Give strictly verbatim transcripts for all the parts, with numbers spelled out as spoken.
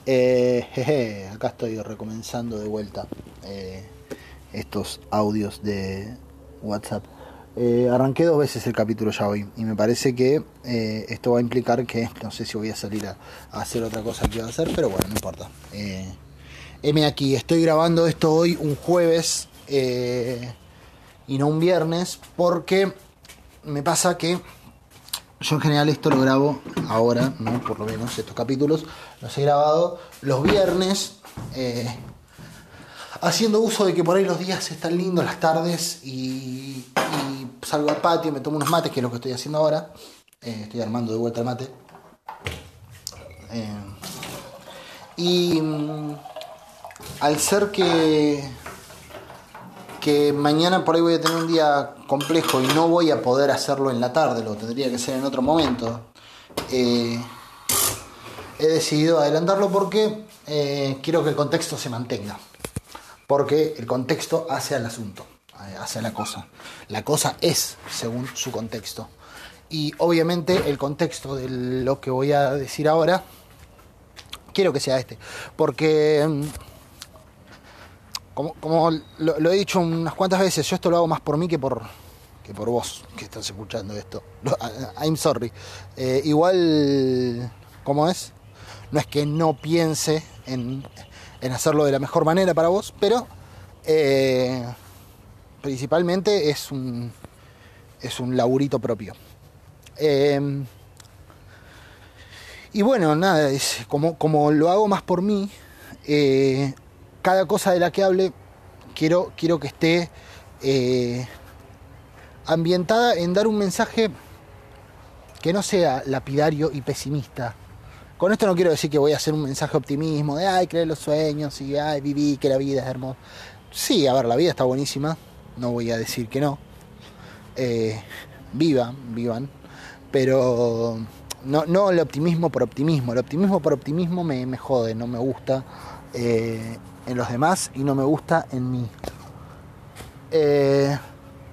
Eh, jeje, acá estoy recomenzando de vuelta eh, estos audios de WhatsApp. Eh, arranqué dos veces el capítulo ya hoy y me parece que eh, esto va a implicar que no sé si voy a salir a, a hacer otra cosa que iba a hacer, pero bueno, no importa. Eh, heme aquí, estoy grabando esto hoy un jueves eh, y no un viernes, porque me pasa que yo en general esto lo grabo ahora, ¿no? Por lo menos estos capítulos los he grabado los viernes, eh, haciendo uso de que por ahí los días están lindos, las tardes, y, y salgo al patio, me tomo unos mates, que es lo que estoy haciendo ahora. Eh, estoy armando de vuelta el mate. Eh, y mm, al ser que, que mañana por ahí voy a tener un día complejo y no voy a poder hacerlo en la tarde, lo tendría que ser en otro momento, eh, he decidido adelantarlo porque eh, quiero que el contexto se mantenga. Porque el contexto hace al asunto, hace a la cosa. La cosa es según su contexto. Y obviamente el contexto de lo que voy a decir ahora, quiero que sea este. Porque, como, como lo, lo he dicho unas cuantas veces, yo esto lo hago más por mí que por, que por vos, que estás escuchando esto. I'm sorry. Eh, igual, ¿cómo es? No es que no piense en... en hacerlo de la mejor manera para vos, pero eh, principalmente es un es un laburito propio. Eh, y bueno, nada, es como, como lo hago más por mí, eh, cada cosa de la que hable quiero, quiero que esté eh, ambientada en dar un mensaje que no sea lapidario y pesimista. Con esto no quiero decir que voy a hacer un mensaje de optimismo, de ay, creer los sueños y ay, viví, que la vida es hermosa. Sí, a ver, la vida está buenísima, no voy a decir que no. Eh, vivan, vivan, pero no, no el optimismo por optimismo. El optimismo por optimismo me, me jode, no me gusta eh, en los demás y no me gusta en mí. Eh,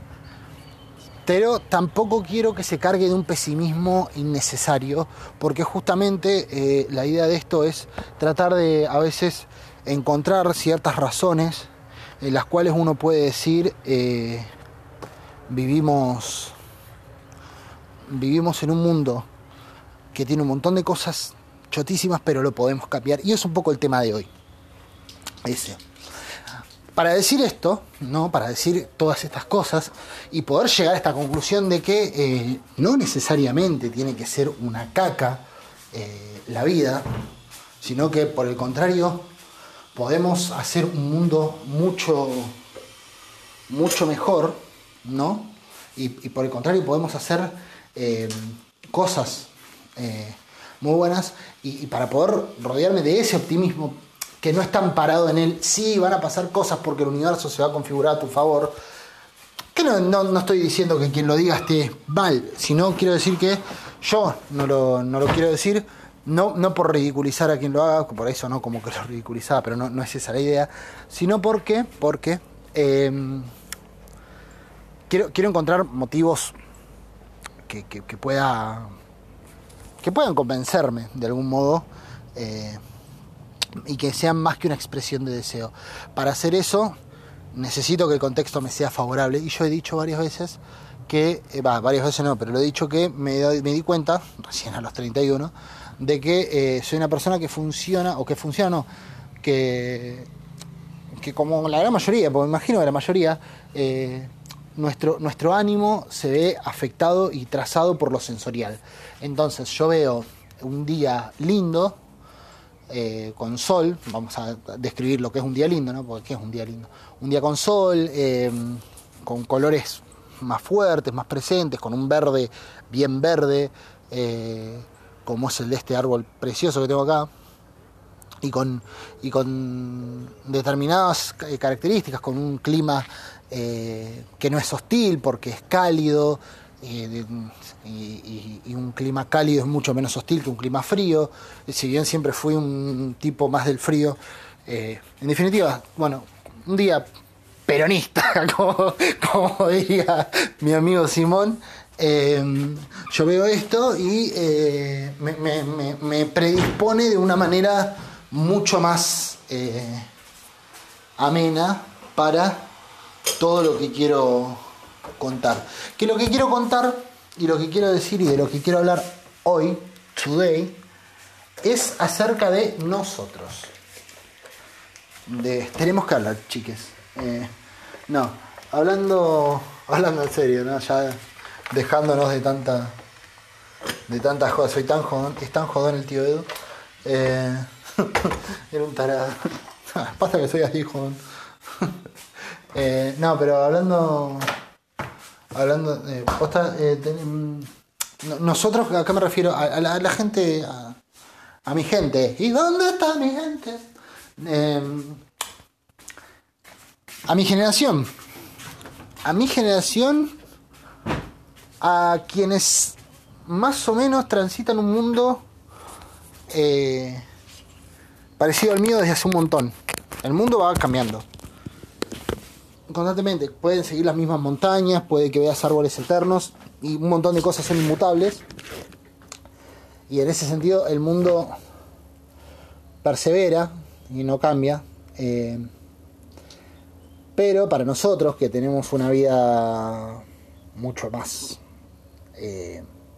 Pero tampoco quiero que se cargue de un pesimismo innecesario, porque justamente eh, la idea de esto es tratar de a veces encontrar ciertas razones en las cuales uno puede decir eh, vivimos, vivimos en un mundo que tiene un montón de cosas chotísimas, pero lo podemos cambiar. Y es un poco el tema de hoy. Ese. Para decir esto, ¿no? Para decir todas estas cosas y poder llegar a esta conclusión de que eh, no necesariamente tiene que ser una caca eh, la vida, sino que por el contrario podemos hacer un mundo mucho, mucho mejor, ¿no? Y, y por el contrario podemos hacer eh, cosas eh, muy buenas y, y para poder rodearme de ese optimismo que no están parados en el sí, van a pasar cosas porque el universo se va a configurar a tu favor. Que no, no, no estoy diciendo que quien lo diga esté mal, sino quiero decir que yo no lo, no lo quiero decir, no, no por ridiculizar a quien lo haga, por eso no como que lo ridiculizaba, pero no, no es esa la idea, sino porque, porque eh, quiero, quiero encontrar motivos que, que, que, pueda, que puedan convencerme de algún modo, eh, y que sean más que una expresión de deseo. Para hacer eso necesito que el contexto me sea favorable, y yo he dicho varias veces que, eh, bah, varias veces no, pero lo he dicho que me, me di cuenta, recién a los treinta y uno, de que eh, soy una persona que funciona, o que funciona no, que, que como la gran mayoría, porque me imagino que la mayoría, eh, nuestro, nuestro ánimo se ve afectado y trazado por lo sensorial. Entonces yo veo un día lindo, Eh, con sol, vamos a describir lo que es un día lindo, ¿no? Porque ¿qué es un día lindo? Un día con sol, eh, con colores más fuertes, más presentes, con un verde bien verde, eh, como es el de este árbol precioso que tengo acá, y con, y con determinadas características, con un clima eh, que no es hostil porque es cálido, Y, y, y un clima cálido es mucho menos hostil que un clima frío. Si bien siempre fui un tipo más del frío, eh, en definitiva, bueno, un día peronista, como, como diría mi amigo Simón, eh, yo veo esto y eh, me, me, me, me predispone de una manera mucho más eh, amena para todo lo que quiero contar. Que lo que quiero contar y lo que quiero decir y de lo que quiero hablar hoy, today, es acerca de nosotros. De, tenemos que hablar, chiques. Eh, no, hablando, hablando en serio, ¿no? Ya dejándonos de tanta, de tantas cosas. Soy tan jodón, es tan jodón el tío Edu. Eh, era un tarado. Pasa que soy así, jodón. eh, no, pero hablando, hablando, eh, posta, eh, ten, nosotros, ¿a qué me refiero? A, a, la, a la gente, a, a mi gente. ¿Y dónde está mi gente? Eh, a mi generación. A mi generación, a quienes más o menos transitan un mundo eh, parecido al mío desde hace un montón. El mundo va cambiando constantemente. Pueden seguir las mismas montañas, puede que veas árboles eternos y un montón de cosas son inmutables. Y en ese sentido el mundo persevera y no cambia. Eh, pero para nosotros que tenemos una vida mucho más eh,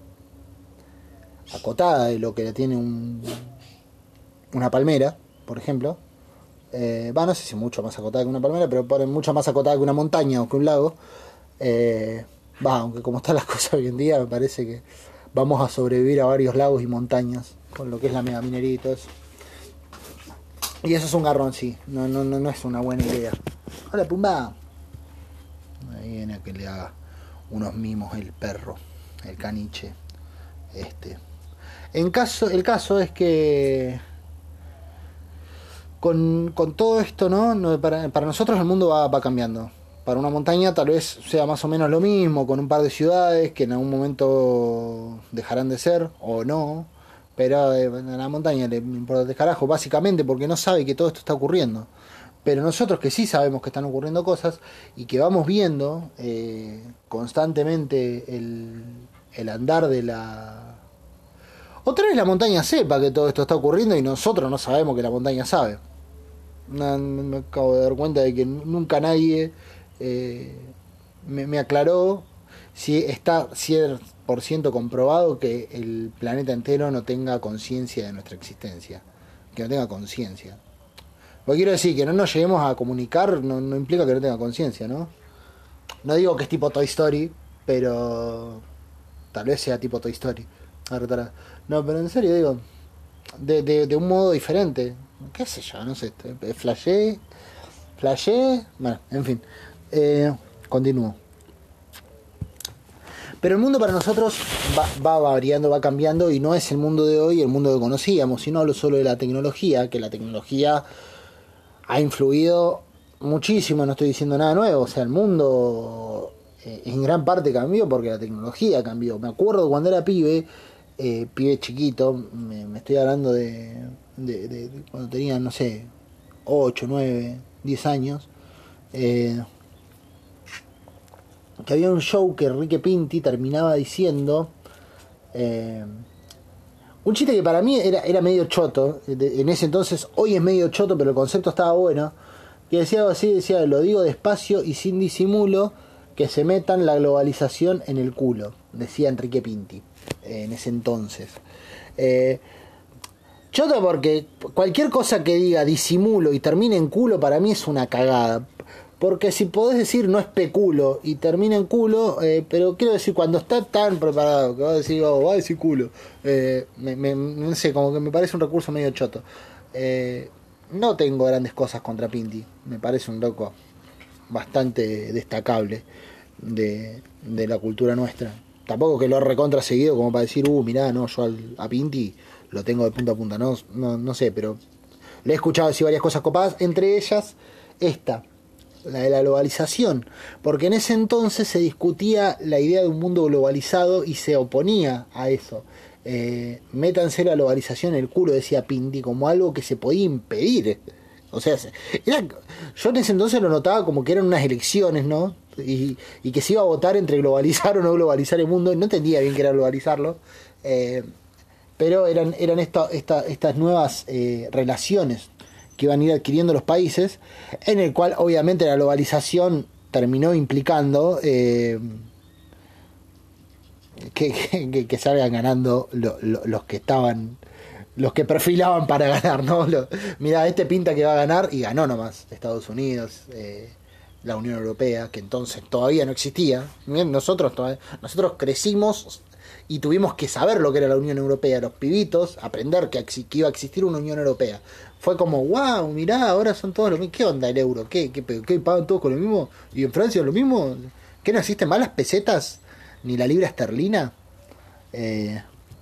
acotada de lo que tiene un, una palmera, por ejemplo, eh, va, no sé si mucho más acotada que una palmera, pero por mucho más acotada que una montaña o que un lago, eh, va, aunque como están las cosas hoy en día, me parece que vamos a sobrevivir a varios lagos y montañas con lo que es la megaminería y todo eso. Y eso es un garrón, sí, no, no, no, no es una buena idea. Hola, Pumba. Ahí viene a que le haga unos mimos el perro, el caniche. Este. En caso, el caso es que con, con todo esto, ¿no? no para, para nosotros el mundo va, va cambiando. Para una montaña tal vez sea más o menos lo mismo, con un par de ciudades que en algún momento dejarán de ser, o no. Pero a la montaña le importa de carajo, básicamente porque no sabe que todo esto está ocurriendo. Pero nosotros que sí sabemos que están ocurriendo cosas y que vamos viendo eh, constantemente el, el andar de la... Otra vez la montaña sepa que todo esto está ocurriendo y nosotros no sabemos que la montaña sabe. No, me acabo de dar cuenta de que nunca nadie eh, me, me aclaró si está cien por ciento comprobado que el planeta entero no tenga conciencia de nuestra existencia. Que no tenga conciencia. Porque quiero decir, que no nos lleguemos a comunicar no, no implica que no tenga conciencia, ¿no? No digo que es tipo Toy Story, pero tal vez sea tipo Toy Story. No, pero en serio digo, de, de, de un modo diferente. ¿Qué sé yo? No sé. Flashé. Flashé. Bueno, en fin. Eh, continúo. Pero el mundo para nosotros va, va variando, va cambiando y no es el mundo de hoy, el mundo que conocíamos, sino hablo solo de la tecnología, que la tecnología ha influido muchísimo, no estoy diciendo nada nuevo, o sea, el mundo eh, en gran parte cambió porque la tecnología cambió. Me acuerdo cuando era pibe, eh, pibe chiquito, me, me estoy hablando de, de, de, de cuando tenía, no sé, ocho, nueve, diez años, eh, que había un show que Enrique Pinti terminaba diciendo... Eh, un chiste que para mí era, era medio choto, en ese entonces, hoy es medio choto, pero el concepto estaba bueno, que decía algo así, decía, lo digo despacio y sin disimulo, que se metan la globalización en el culo, decía Enrique Pinti, eh, en ese entonces. Eh, choto porque cualquier cosa que diga disimulo y termine en culo, para mí es una cagada. Porque si podés decir no especulo y termina en culo, eh, pero quiero decir, cuando está tan preparado que va a decir, oh, va a decir culo, eh, me, me, no sé, como que me parece un recurso medio choto. Eh, no tengo grandes cosas contra Pinti, me parece un loco bastante destacable de, de la cultura nuestra. Tampoco que lo he recontra seguido como para decir, uh, mirá, no, yo al, a Pinti lo tengo de punta a punta, no, no, no sé, pero le he escuchado decir varias cosas copadas, entre ellas esta, la de la globalización, porque en ese entonces se discutía la idea de un mundo globalizado y se oponía a eso. Eh, métanse la globalización en el culo, decía Pinti, como algo que se podía impedir. O sea, era, yo en ese entonces lo notaba como que eran unas elecciones, ¿no? Y, y que se iba a votar entre globalizar o no globalizar el mundo, y no entendía bien qué era globalizarlo. Eh, pero eran, eran esta, esta, estas nuevas eh, relaciones que iban a ir adquiriendo los países, en el cual obviamente la globalización terminó implicando eh, que, que, que salgan ganando lo, lo, los que estaban, los que perfilaban para ganar, ¿no? Lo, mirá, este pinta que va a ganar, y ganó nomás Estados Unidos, eh, la Unión Europea, que entonces todavía no existía. Nosotros, nosotros crecimos y tuvimos que saber lo que era la Unión Europea, los pibitos, aprender que, que iba a existir una Unión Europea. Fue como, wow, mirá, ahora son todos los mismos. ¿Qué onda el euro? ¿Qué, qué, qué pagan todos con lo mismo? ¿Y en Francia lo mismo? ¿Qué no existen más las pesetas? ¿Ni la libra esterlina? Eh,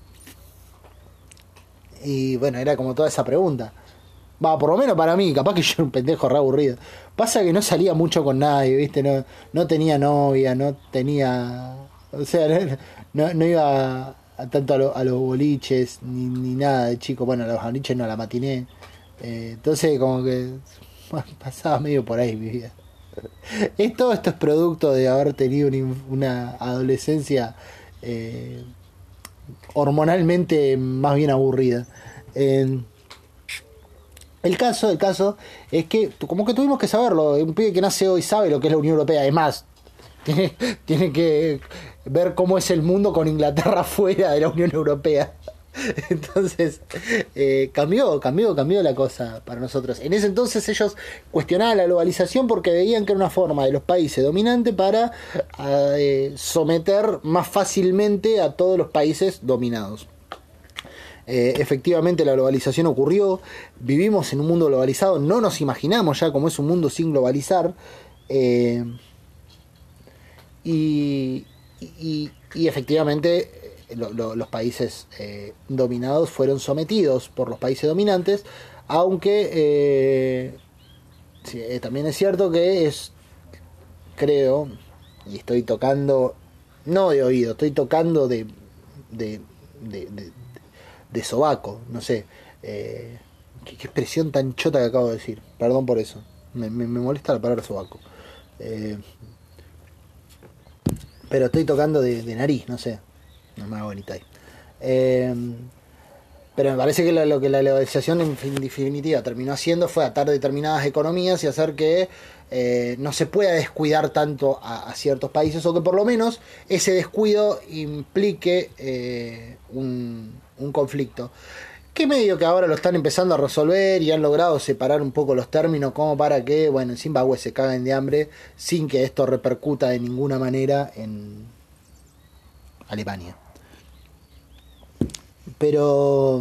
y bueno, era como toda esa pregunta. Va, por lo menos para mí, capaz que yo era un pendejo re aburrido. Pasa que no salía mucho con nadie, ¿viste? No, no tenía novia, no tenía... O sea, no, no, no iba a, a tanto a, lo, a los boliches, ni, ni nada de chico. Bueno, a los boliches no, a la matiné. Eh, entonces, como que... Bueno, pasaba medio por ahí mi vida. Es, todo esto es producto de haber tenido una, una adolescencia eh, hormonalmente más bien aburrida. Eh, El caso, el caso es que como que tuvimos que saberlo. Un pibe que nace hoy sabe lo que es la Unión Europea. Además, tiene, tiene que ver cómo es el mundo con Inglaterra fuera de la Unión Europea. Entonces, eh, cambió, cambió, cambió la cosa para nosotros. En ese entonces ellos cuestionaban la globalización porque veían que era una forma de los países dominantes para eh, someter más fácilmente a todos los países dominados. Eh, efectivamente la globalización ocurrió, vivimos en un mundo globalizado, no nos imaginamos ya cómo es un mundo sin globalizar, eh, y, y, y efectivamente lo, lo, los países eh, dominados fueron sometidos por los países dominantes, aunque eh, sí, eh, también es cierto que es, creo, y estoy tocando, no de oído, estoy tocando de, de, de, de de sobaco, no sé, eh, ¿qué, qué expresión tan chota que acabo de decir, perdón por eso, me, me, me molesta la palabra sobaco, eh, pero estoy tocando de, de nariz, no sé, no me hago bonita ahí, eh, pero me parece que lo, lo que la globalización en definitiva terminó haciendo fue atar determinadas economías y hacer que eh, no se pueda descuidar tanto a, a ciertos países, o que por lo menos ese descuido implique eh, un un conflicto que medio que ahora lo están empezando a resolver y han logrado separar un poco los términos como para que, bueno, en Zimbabue se caguen de hambre sin que esto repercuta de ninguna manera en Alemania. Pero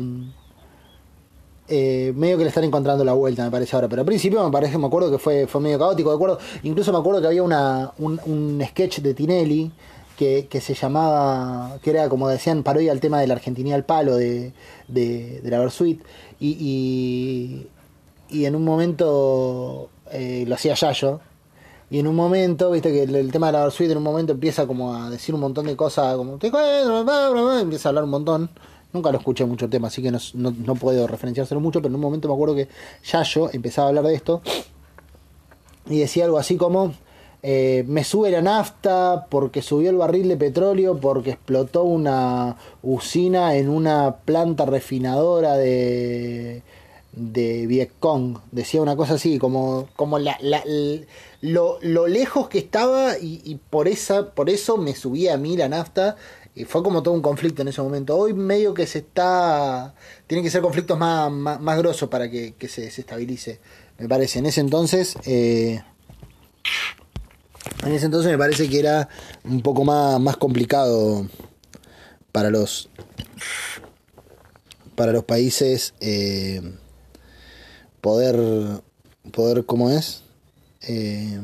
eh, medio que le están encontrando la vuelta, me parece ahora, pero al principio me parece, me acuerdo que fue, fue medio caótico, de acuerdo, incluso me acuerdo que había una, un, un sketch de Tinelli Que, que se llamaba, que era como decían, parodia al tema de la Argentinía al palo de, de, de la Versuit, y, y, y en un momento eh, lo hacía Yayo, y en un momento, viste que el, el tema de la Versuit en un momento empieza como a decir un montón de cosas, como empieza a hablar un montón. Nunca lo escuché mucho el tema, así que no, no, no puedo referenciárselo mucho, pero en un momento me acuerdo que Yayo empezaba a hablar de esto y decía algo así como: Eh, me sube la nafta porque subió el barril de petróleo, porque explotó una usina en una planta refinadora de de Vietcong. Decía una cosa así, como, como la, la, lo, lo lejos que estaba, y, y por esa, por eso me subía a mí la nafta. Y fue como todo un conflicto en ese momento. Hoy medio que se está... Tienen que ser conflictos más, más, más grosos para que, que se, se estabilice, me parece. En ese entonces... Eh, En ese entonces me parece que era un poco más, más complicado para los para los países eh, poder poder ¿cómo es? Eh,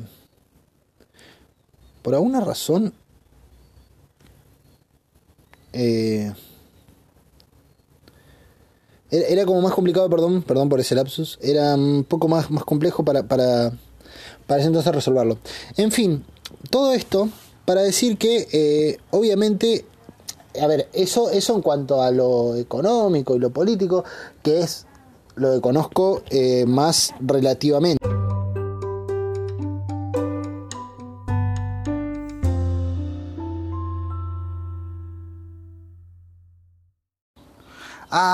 por alguna razón eh, era, era como más complicado, perdón, perdón por ese lapsus, era un poco más, más complejo para, para para entonces resolverlo. En fin, todo esto para decir que eh, obviamente, a ver, eso, eso en cuanto a lo económico y lo político, que es lo que conozco eh, más relativamente.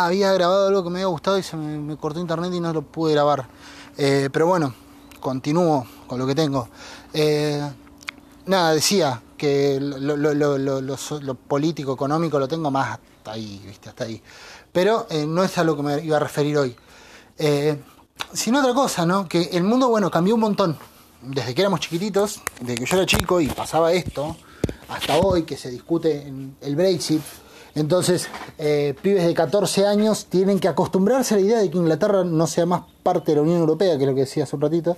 Ah, había grabado algo que me había gustado y se me, me cortó internet y no lo pude grabar. Eh, pero bueno, continúo con lo que tengo. Eh, nada, decía que lo, lo, lo, lo, lo, lo político, económico lo tengo más hasta ahí, ¿viste? Hasta ahí. Pero eh, no es a lo que me iba a referir hoy. Eh, sino otra cosa, ¿no? Que el mundo, bueno, cambió un montón. Desde que éramos chiquititos, desde que yo era chico y pasaba esto, hasta hoy que se discute el Brexit. Entonces, eh, pibes de catorce años tienen que acostumbrarse a la idea de que Inglaterra no sea más parte de la Unión Europea, que es lo que decía hace un ratito.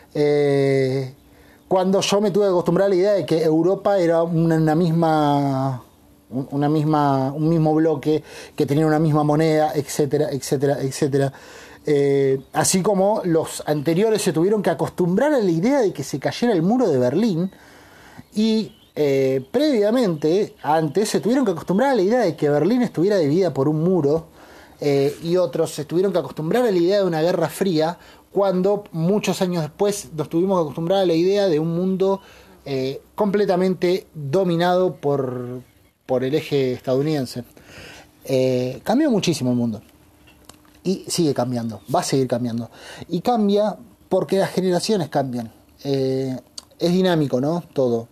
Eh, cuando yo me tuve que acostumbrar a la idea de que Europa era una, una misma... una misma un mismo bloque, que tenía una misma moneda, etcétera, etcétera, etcétera. Eh, así como los anteriores se tuvieron que acostumbrar a la idea de que se cayera el muro de Berlín y eh, previamente, antes, se tuvieron que acostumbrar a la idea de que Berlín estuviera dividida por un muro eh, y otros se tuvieron que acostumbrar a la idea de una guerra fría cuando muchos años después nos tuvimos que acostumbrar a la idea de un mundo eh, completamente dominado por, por el eje estadounidense. Eh, cambió muchísimo el mundo. Y sigue cambiando, va a seguir cambiando. Y cambia porque las generaciones cambian. Eh, es dinámico, ¿no? Todo.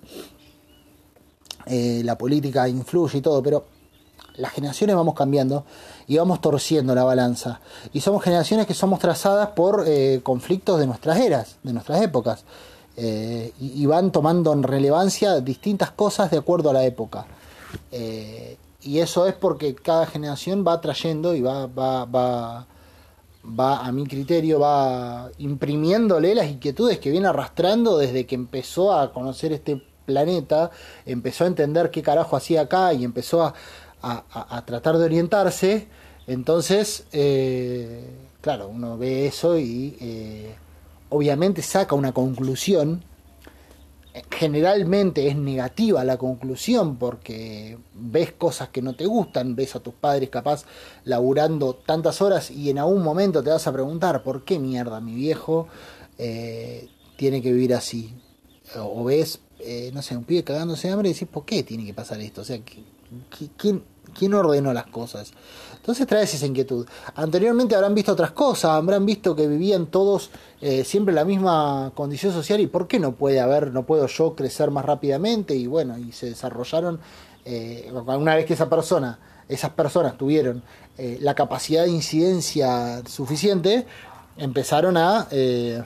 Eh, la política influye y todo, pero las generaciones vamos cambiando y vamos torciendo la balanza. Y somos generaciones que somos trazadas por eh, conflictos de nuestras eras, de nuestras épocas. Eh, y, y van tomando en relevancia distintas cosas de acuerdo a la época. Eh, Y eso es porque cada generación va trayendo y va, va, va, va a mi criterio, va imprimiéndole las inquietudes que viene arrastrando desde que empezó a conocer este planeta, empezó a entender qué carajo hacía acá y empezó a, a, a tratar de orientarse. Entonces, eh, claro, uno ve eso y eh, obviamente saca una conclusión. Generalmente es negativa la conclusión porque ves cosas que no te gustan, ves a tus padres capaz laburando tantas horas y en algún momento te vas a preguntar por qué mierda mi viejo eh, tiene que vivir así. O, o ves, eh, no sé, un pibe cagándose de hambre y decís, ¿por qué tiene que pasar esto? O sea, ¿quién, quién ordenó las cosas? Entonces traes esa inquietud. Anteriormente habrán visto otras cosas, habrán visto que vivían todos eh, siempre en la misma condición social y ¿por qué no puede haber, no puedo yo crecer más rápidamente? Y bueno, y se desarrollaron, eh, una vez que esa persona, esas personas tuvieron eh, la capacidad de incidencia suficiente, empezaron a, eh,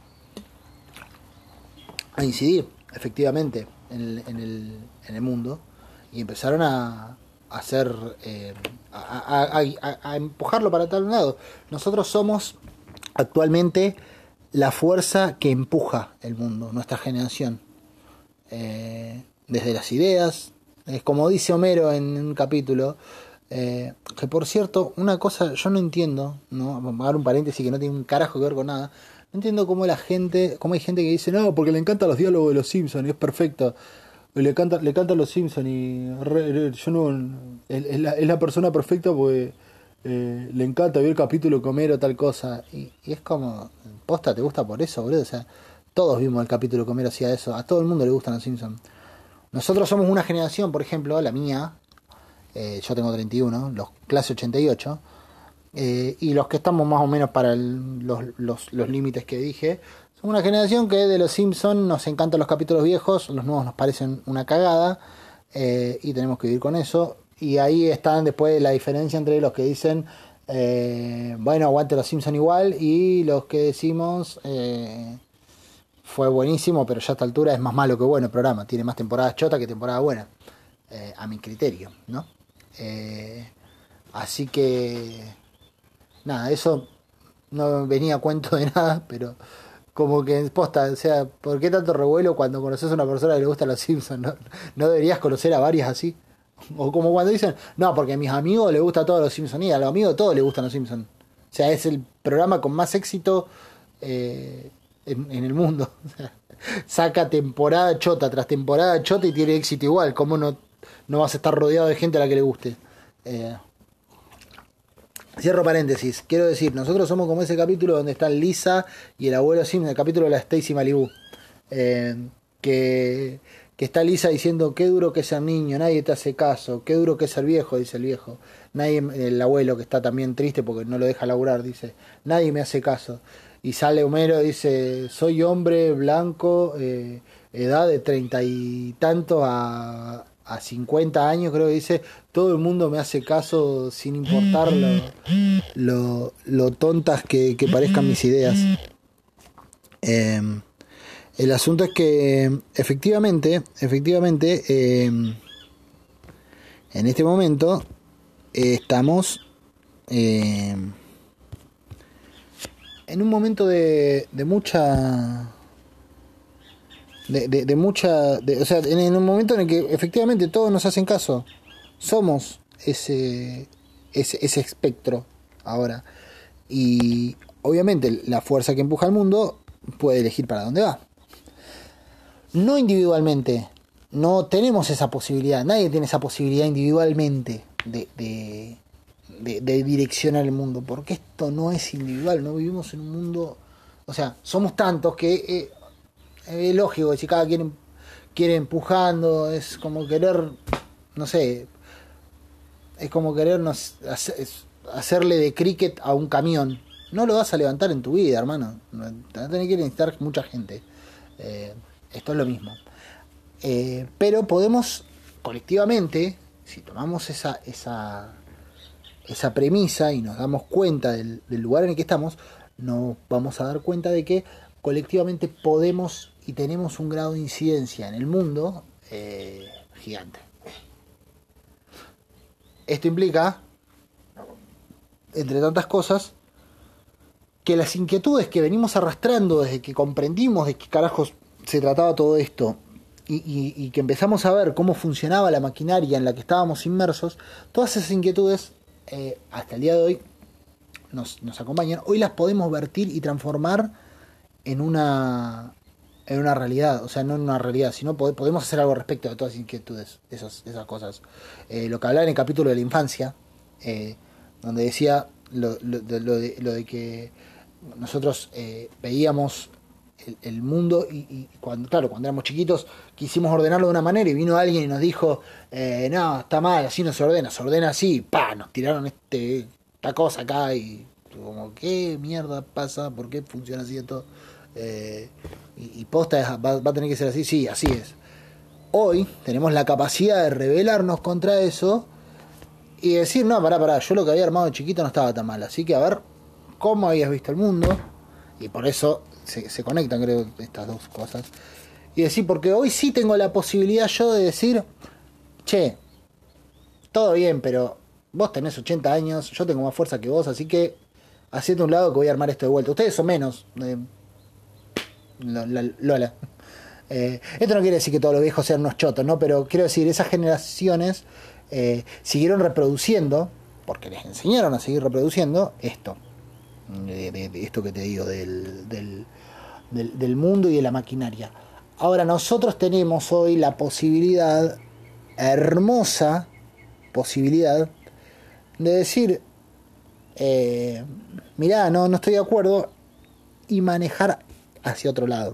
a incidir efectivamente en el, en el, en el mundo y empezaron a hacer eh, a, a, a, a empujarlo para tal lado. Nosotros somos actualmente la fuerza que empuja el mundo, nuestra generación, eh, desde las ideas, es como dice Homero en un capítulo, eh, que por cierto, una cosa yo no entiendo, no vamos a dar un paréntesis que no tiene un carajo que ver con nada, no entiendo cómo la gente, cómo hay gente que dice no, porque le encantan los diálogos de los Simpsons y es perfecto. Le canta, le canta a los Simpsons y re, re, yo no es, es, la, es la persona perfecta porque eh, le encanta ver el capítulo comer o tal cosa y, y es como posta, te gusta por eso, boludo. O sea, todos vimos el capítulo comer, hacía eso, a todo el mundo le gustan los Simpsons. Nosotros somos una generación, por ejemplo, la mía, eh, yo tengo treinta y uno, los clase ochenta y ocho, eh, y los que estamos más o menos para el, los, los, los límites que dije. Somos una generación que de los Simpsons nos encantan los capítulos viejos, los nuevos nos parecen una cagada eh, y tenemos que vivir con eso. Y ahí están después la diferencia entre los que dicen, eh, bueno, aguante los Simpsons igual, y los que decimos, eh, fue buenísimo, pero ya a esta altura es más malo que bueno el programa. Tiene más temporadas chota que temporadas buenas, eh, a mi criterio, ¿no? Eh, así que, nada, eso no venía a cuento de nada, pero... como que posta, o sea, ¿por qué tanto revuelo cuando conoces a una persona que le gusta los Simpsons? ¿No, no deberías conocer a varias así? O como cuando dicen, no, porque a mis amigos les gusta a todos los Simpsons, y a los amigos todos les gustan los Simpsons. O sea, es el programa con más éxito eh, en, en el mundo. O sea, saca temporada chota tras temporada chota y tiene éxito igual. ¿Cómo no, no vas a estar rodeado de gente a la que le guste? Eh, Cierro paréntesis, quiero decir, nosotros somos como ese capítulo donde están Lisa y el abuelo Simpson, el capítulo de la Stacy Malibu, eh, que, que está Lisa diciendo, qué duro que es ser niño, nadie te hace caso, qué duro que es ser viejo, dice el viejo. Nadie, el abuelo que está también triste porque no lo deja laburar, dice, nadie me hace caso. Y sale Homero, dice, soy hombre blanco, eh, edad de treinta y tanto a, a cincuenta años, creo que dice, todo el mundo me hace caso sin importar lo, lo, lo tontas que, que parezcan mis ideas. Eh, el asunto es que efectivamente, efectivamente, eh, en este momento eh, estamos eh, en un momento de, de mucha... De, de, de mucha... De, o sea, en, en un momento en el que efectivamente todos nos hacen caso. Somos ese, ese, ese espectro ahora. Y obviamente la fuerza que empuja al mundo puede elegir para dónde va. No individualmente. No tenemos esa posibilidad. Nadie tiene esa posibilidad individualmente de... de De, de direccionar el mundo, porque esto no es individual, no vivimos en un mundo, o sea, somos tantos que eh, es lógico que si cada quien quiere empujando, es como querer, no sé, es como querer no, hacer, hacerle de cricket a un camión, no lo vas a levantar en tu vida, hermano, te vas a tener que necesitar mucha gente, eh, esto es lo mismo, eh, pero podemos colectivamente, si tomamos esa esa esa premisa y nos damos cuenta del, del lugar en el que estamos, nos vamos a dar cuenta de que colectivamente podemos y tenemos un grado de incidencia en el mundo eh, gigante. Esto implica, entre tantas cosas, que las inquietudes que venimos arrastrando desde que comprendimos de qué carajos se trataba todo esto y, y, y que empezamos a ver cómo funcionaba la maquinaria en la que estábamos inmersos, todas esas inquietudes Eh, hasta el día de hoy nos, nos acompañan. Hoy las podemos vertir y transformar en una en una realidad, o sea, no en una realidad, sino pod- podemos hacer algo respecto de todas las inquietudes, esas, esas cosas. Eh, lo que hablaba en el capítulo de la infancia, eh, donde decía lo, lo, de, lo, de, lo de que nosotros eh, veíamos el, el mundo y, y cuando, claro, cuando éramos chiquitos quisimos ordenarlo de una manera y vino alguien y nos dijo eh, no, está mal, así no se ordena, se ordena así, pa, nos tiraron este esta cosa acá y como qué mierda pasa, por qué funciona así esto, eh, y, y posta es, va, va a tener que ser así, sí, así es. Hoy tenemos la capacidad de rebelarnos contra eso y decir, no, pará, pará, yo lo que había armado de chiquito no estaba tan mal, así que a ver cómo habías visto el mundo, y por eso se, se conectan, creo, estas dos cosas. Y decir, porque hoy sí tengo la posibilidad yo de decir, che, todo bien, pero vos tenés ochenta años, yo tengo más fuerza que vos, así que hacete un lado que voy a armar esto de vuelta. Ustedes son menos. Eh, Lola. Eh, esto no quiere decir que todos los viejos sean unos chotos, ¿no? Pero quiero decir, esas generaciones eh, siguieron reproduciendo, porque les enseñaron a seguir reproduciendo esto. De, de, de esto que te digo, del, del, del, del mundo y de la maquinaria. Ahora nosotros tenemos hoy la posibilidad, hermosa posibilidad, de decir, eh, mirá, no, no estoy de acuerdo, y manejar hacia otro lado.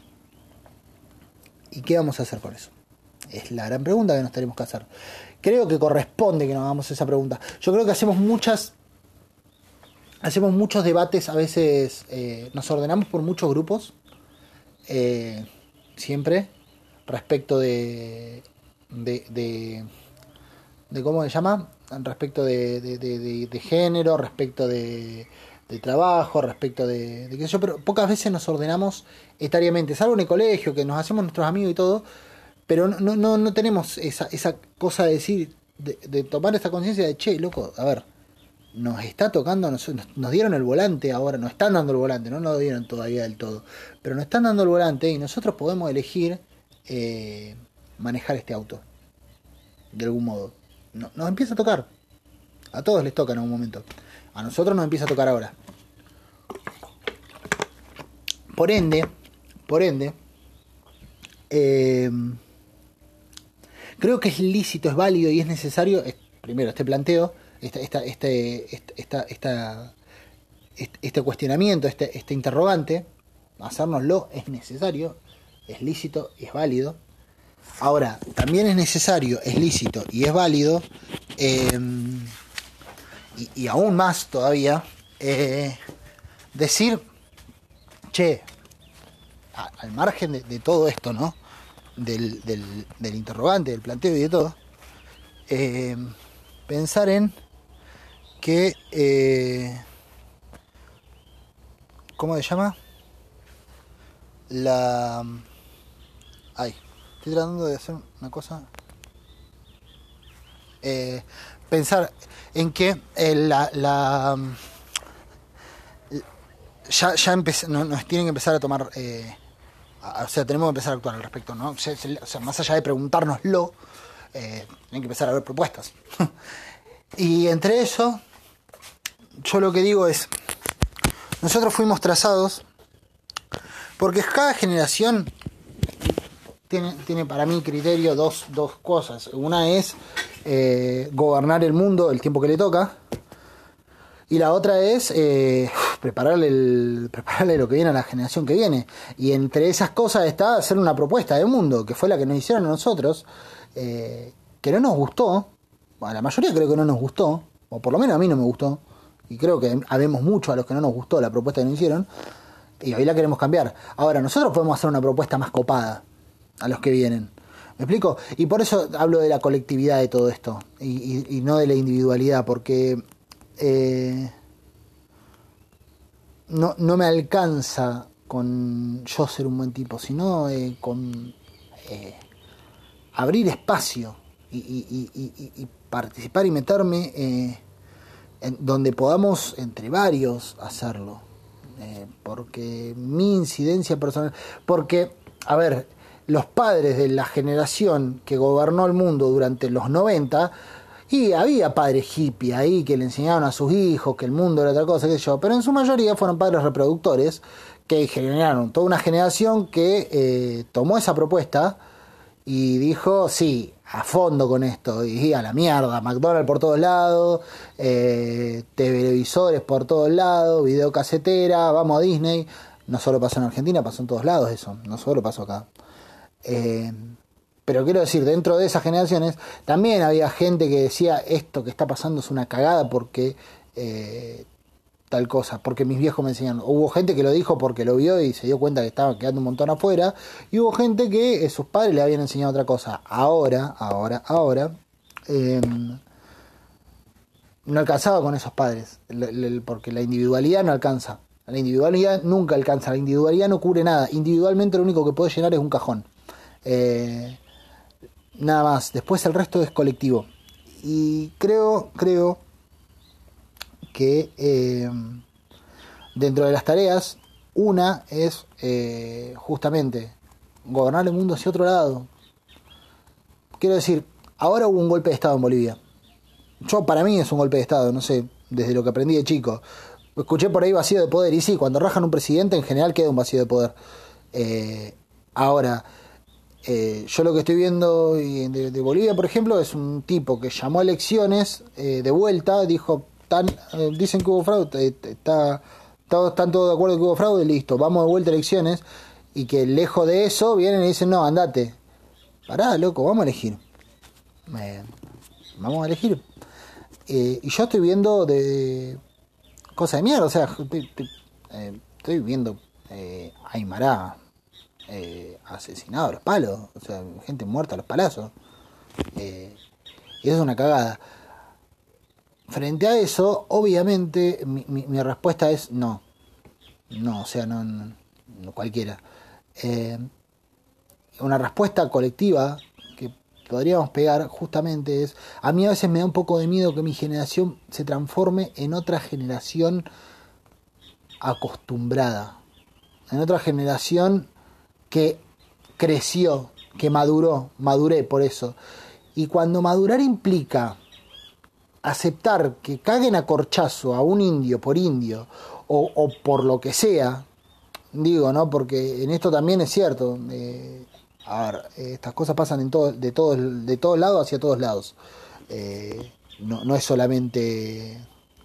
¿Y qué vamos a hacer con eso? Es la gran pregunta que nos tenemos que hacer. Creo que corresponde que nos hagamos esa pregunta. Yo creo que hacemos muchas hacemos muchos debates, a veces eh, nos ordenamos por muchos grupos, eh, siempre, respecto de, de, de, de ¿cómo se llama? Respecto de, de, de, de, de género, respecto de, de trabajo, respecto de, de qué sé yo, pero pocas veces nos ordenamos etariamente, salvo en el colegio, que nos hacemos nuestros amigos y todo, pero no, no, no tenemos esa, esa cosa de decir, de, de tomar esta conciencia de, che, loco, a ver, nos está tocando, nos, nos dieron el volante ahora, nos están dando el volante, no nos lo dieron todavía del todo, pero nos están dando el volante y nosotros podemos elegir eh, manejar este auto, de algún modo. No, nos empieza a tocar, a todos les toca en algún momento, a nosotros nos empieza a tocar ahora. Por ende, por ende, eh, creo que es lícito, es válido y es necesario, es, primero, este planteo, esta, esta, este, esta, esta, este, este cuestionamiento, este, este interrogante, hacérnoslo es necesario, es lícito, es válido. Ahora, también es necesario, es lícito y es válido, eh, y, y aún más todavía, eh, decir, che, a, al margen de, de todo esto, ¿no? Del, del, del interrogante, del planteo y de todo, eh, pensar en que, eh, ¿cómo se llama? La... Ay, estoy tratando de hacer una cosa. Eh, pensar en que eh, la, la ya, ya empecé, no, nos tienen que empezar a tomar, eh, a, o sea, tenemos que empezar a actuar al respecto, ¿no? O sea, o sea más allá de preguntárnoslo, eh, tienen que empezar a ver propuestas. Y entre eso, yo lo que digo es, nosotros fuimos trazados, porque cada generación tiene, tiene para mi criterio dos, dos cosas. Una es eh, gobernar el mundo el tiempo que le toca. Y la otra es eh, prepararle, el, prepararle lo que viene a la generación que viene. Y entre esas cosas está hacer una propuesta de mundo, que fue la que nos hicieron a nosotros, eh, que no nos gustó. Bueno, la mayoría creo que no nos gustó, o por lo menos a mí no me gustó. Y creo que habemos muchos a los que no nos gustó la propuesta que nos hicieron. Y hoy la queremos cambiar. Ahora, nosotros podemos hacer una propuesta más copada a los que vienen. ¿Me explico? Y por eso hablo de la colectividad de todo esto, y, y, y no de la individualidad, porque... Eh, no, no me alcanza con yo ser un buen tipo, sino eh, con eh, abrir espacio y, y, y, y, y participar y meterme eh, en donde podamos entre varios hacerlo, eh, porque mi incidencia personal, porque, a ver, los padres de la generación que gobernó el mundo durante los noventa, y había padres hippie ahí que le enseñaban a sus hijos que el mundo era otra cosa, qué sé yo, pero en su mayoría fueron padres reproductores que generaron toda una generación que eh, tomó esa propuesta y dijo, sí, a fondo con esto, y a la mierda, McDonald's por todos lados, eh, televisores por todos lados, videocasetera, vamos a Disney. No solo pasó en Argentina, pasó en todos lados eso, no solo pasó acá. Eh... Pero quiero decir, dentro de esas generaciones también había gente que decía esto que está pasando es una cagada porque eh, tal cosa, porque mis viejos me enseñaron. Hubo gente que lo dijo porque lo vio y se dio cuenta que estaba quedando un montón afuera, y hubo gente que eh, sus padres le habían enseñado otra cosa. Ahora, ahora, ahora, eh, no alcanzaba con esos padres, porque la individualidad no alcanza. La individualidad nunca alcanza, la individualidad no cubre nada. Individualmente lo único que puede llenar es un cajón. Eh, Nada más, después el resto es colectivo. Y creo, creo que eh, dentro de las tareas, una es eh, justamente gobernar el mundo hacia otro lado. Quiero decir, ahora hubo un golpe de Estado en Bolivia. Yo, para mí es un golpe de Estado, no sé, desde lo que aprendí de chico. Escuché por ahí vacío de poder, y sí, cuando rajan un presidente en general queda un vacío de poder. Eh, ahora... Eh, yo lo que estoy viendo de, de Bolivia, por ejemplo, es un tipo que llamó a elecciones eh, de vuelta, dijo, tan, eh, dicen que hubo fraude, eh, está, todos están todos de acuerdo que hubo fraude, listo, vamos de vuelta a elecciones, y que lejos de eso vienen y dicen, no, andate. Pará, loco, vamos a elegir. Eh, vamos a elegir. Eh, y yo estoy viendo de cosas de mierda, o sea, estoy, estoy, eh, estoy viendo eh, Aymara Eh, asesinado a los palos, o sea, gente muerta a los palazos, eh, y eso es una cagada. Frente a eso, obviamente mi, mi, mi respuesta es no, no, o sea, no, no, no cualquiera. Eh, una respuesta colectiva que podríamos pegar justamente es, a mí a veces me da un poco de miedo que mi generación se transforme en otra generación acostumbrada, en otra generación que creció, que maduró, maduré por eso. Y cuando madurar implica aceptar que caguen a corchazo a un indio por indio, o, o por lo que sea, digo, ¿no? Porque en esto también es cierto, eh, a ver, eh, estas cosas pasan en todo, de todos de todos lados hacia todos lados. Eh, no, no es solamente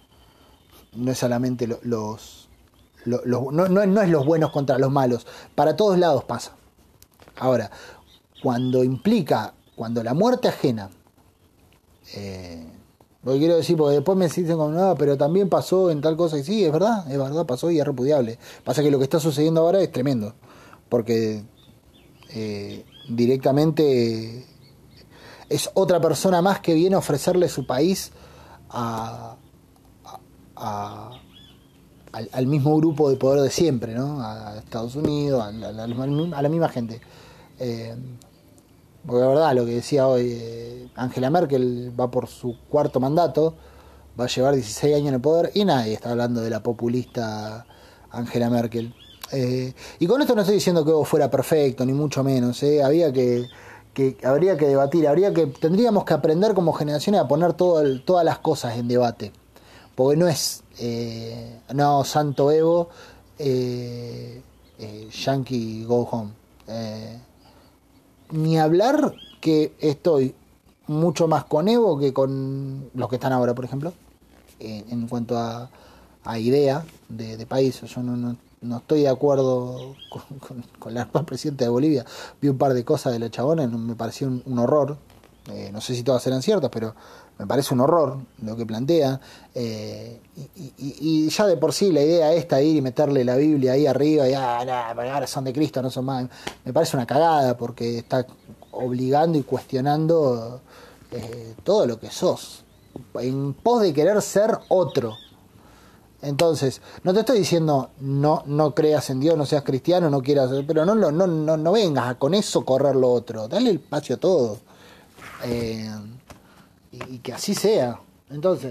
no es solamente lo, los Lo, lo, no, no, no es los buenos contra los malos, para todos lados pasa. Ahora, cuando implica, cuando la muerte ajena, eh, lo que quiero decir, porque después me dicen como, no, pero también pasó en tal cosa, y sí, es verdad, es verdad, pasó y es repudiable. Pasa que lo que está sucediendo ahora es tremendo, porque eh, directamente es otra persona más que viene a ofrecerle su país a, a, a al, al mismo grupo de poder de siempre, ¿no? A Estados Unidos, a la, a la, a la misma gente. Eh, porque la verdad, lo que decía hoy, eh, Angela Merkel va por su cuarto mandato, va a llevar dieciséis años en el poder y nadie está hablando de la populista Angela Merkel. Eh, y con esto no estoy diciendo que Evo fuera perfecto, ni mucho menos. Eh. Había que, que, habría que debatir, habría que, tendríamos que aprender como generaciones a poner todo el, todas las cosas en debate. Porque no es, eh, no, Santo Evo, eh, eh, Yankee Go Home. Eh, ni hablar que estoy mucho más con Evo que con los que están ahora, por ejemplo, eh, en cuanto a, a idea de, de país. Yo no, no, no estoy de acuerdo con, con, con la actual presidenta de Bolivia. Vi un par de cosas de la chabona, me pareció un, un horror. Eh, no sé si todas eran ciertas, pero me parece un horror lo que plantea. Eh, y, y, y ya de por sí la idea esta de ir y meterle la Biblia ahí arriba y ah, nah, ahora son de Cristo, no son más, me parece una cagada porque está obligando y cuestionando eh, todo lo que sos en pos de querer ser otro. Entonces, no te estoy diciendo no no creas en Dios, no seas cristiano, no quieras, pero no no no no, no vengas a con eso correr lo otro, dale el espacio a todo. Eh, y, y que así sea. Entonces,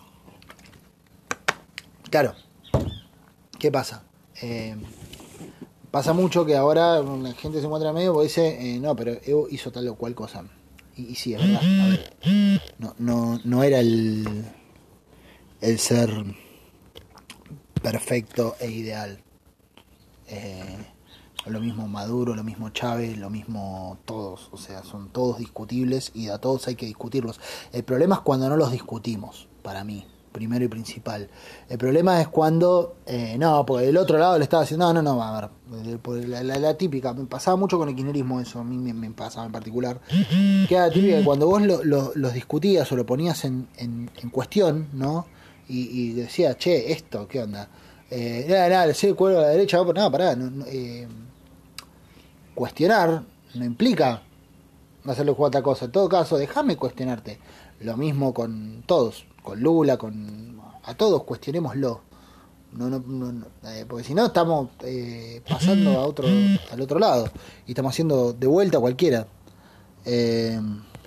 claro, ¿qué pasa? Eh, pasa mucho que ahora la gente se encuentra en medio porque dice, eh, no, pero Evo hizo tal o cual cosa. Y, y sí, es verdad. A ver, no, no, no era el, el ser perfecto e ideal. Eh, lo mismo Maduro, lo mismo Chávez, lo mismo todos. O sea, son todos discutibles y a todos hay que discutirlos. El problema es cuando no los discutimos, para mí. Primero y principal. El problema es cuando, eh, no, porque el otro lado le estaba diciendo, no, no, no, a ver, la, la, la típica, me pasaba mucho con el kirchnerismo eso, a mí me, me pasaba en particular, que era la típica que cuando vos lo, lo, los discutías o lo ponías en, en, en cuestión, ¿no? Y, y decías, che, esto, ¿qué onda? Eh, nada, nada, el cuello a la derecha, no, no pará, no, no, eh, cuestionar no implica hacerle jugar otra cosa. En todo caso, déjame cuestionarte. Lo mismo con todos, con Lula, con a todos cuestionémoslo. No, no, no, no eh, porque si no estamos eh, pasando a otro, al otro lado y estamos haciendo de vuelta cualquiera. Eh,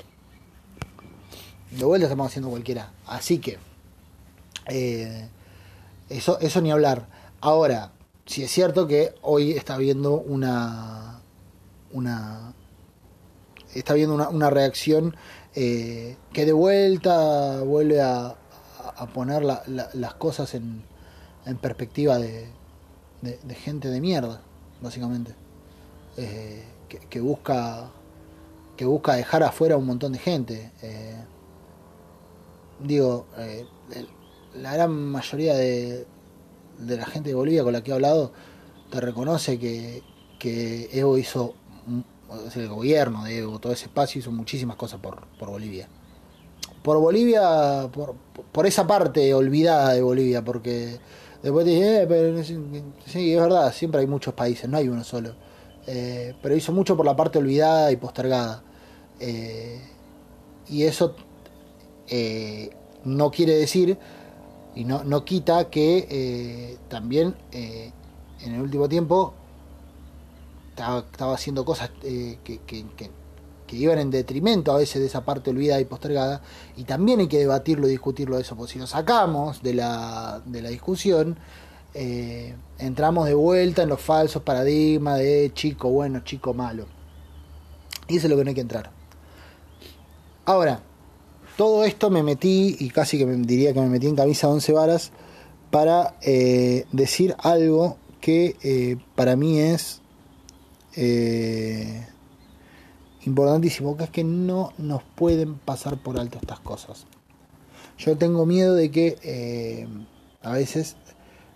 de vuelta estamos haciendo cualquiera. Así que eh, eso, eso ni hablar. Ahora, sí es cierto que hoy está habiendo una una está habiendo una, una reacción eh, que de vuelta vuelve a, a poner la, la, las cosas en, en perspectiva de, de, de gente de mierda, básicamente, eh, que, que busca que busca dejar afuera a un montón de gente. Eh, digo, eh, el, la gran mayoría de, de la gente de Bolivia con la que he hablado te reconoce que, que Evo hizo, el gobierno de Evo, todo ese espacio hizo muchísimas cosas por, por Bolivia. Por Bolivia, por, por esa parte olvidada de Bolivia, porque después te dije, eh, pero, sí, es verdad, siempre hay muchos países, no hay uno solo. Eh, pero hizo mucho por la parte olvidada y postergada. Eh, y eso eh, no quiere decir y no, no quita que eh, también eh, en el último tiempo estaba, estaba haciendo cosas eh, que, que, que, que iban en detrimento a veces de esa parte olvidada y postergada, y también hay que debatirlo y discutirlo eso, porque si lo sacamos de la, de la discusión, eh, entramos de vuelta en los falsos paradigmas de chico bueno, chico malo, y eso es lo que no hay que entrar. Ahora, todo esto me metí, y casi que me diría que me metí en camisa de once varas, para eh, decir algo que eh, para mí es eh, importantísimo, que es que no nos pueden pasar por alto estas cosas. Yo tengo miedo de que eh, a veces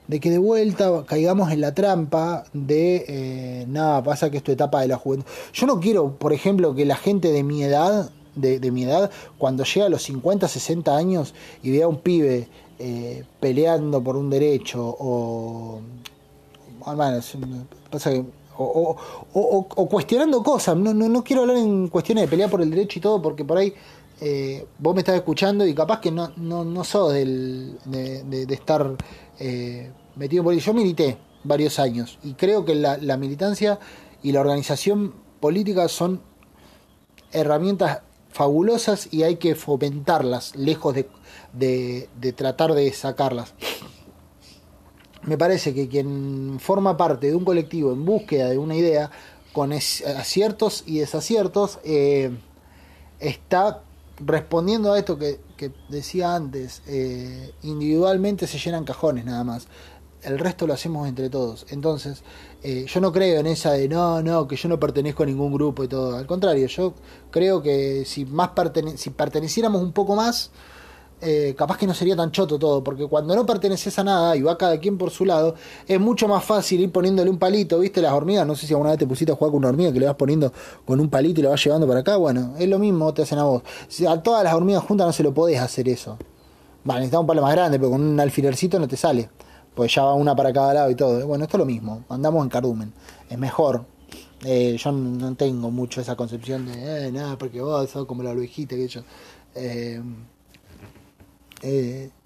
de que de vuelta caigamos en la trampa de eh, nada, pasa que es tu etapa de la juventud. Yo no quiero, por ejemplo, que la gente de mi edad, de, de mi edad, cuando llega a los cincuenta, sesenta años y vea a un pibe eh, peleando por un derecho o, bueno, pasa que O, o, o, o cuestionando cosas. No, no, no quiero hablar en cuestiones de pelear por el derecho y todo, porque por ahí eh, vos me estás escuchando y capaz que no, no, no sos del, de, de, de estar eh, metido por ahí. Yo milité varios años y creo que la, la militancia y la organización política son herramientas fabulosas y hay que fomentarlas, lejos de, de, de tratar de sacarlas. Me parece que quien forma parte de un colectivo en búsqueda de una idea, con aciertos y desaciertos, eh, está respondiendo a esto que, que decía antes. Eh, individualmente se llenan cajones nada más. El resto lo hacemos entre todos. Entonces, eh, yo no creo en esa de no, no, que yo no pertenezco a ningún grupo y todo. Al contrario, yo creo que si más pertene- si perteneciéramos un poco más, Eh, capaz que no sería tan choto todo, porque cuando no perteneces a nada y va cada quien por su lado, es mucho más fácil ir poniéndole un palito, ¿viste? Las hormigas, no sé si alguna vez te pusiste a jugar con una hormiga que le vas poniendo con un palito y la vas llevando para acá. Bueno, es lo mismo, te hacen a vos. Si a todas las hormigas juntas no se lo podés hacer eso. Vale, necesitas un palo más grande, pero con un alfilercito no te sale, pues ya va una para cada lado y todo. Bueno, esto es lo mismo, andamos en cardumen, es mejor. Eh, yo no tengo mucho esa concepción de, eh, nada, porque vos sos como la ovejita que yo. Eh, Eh,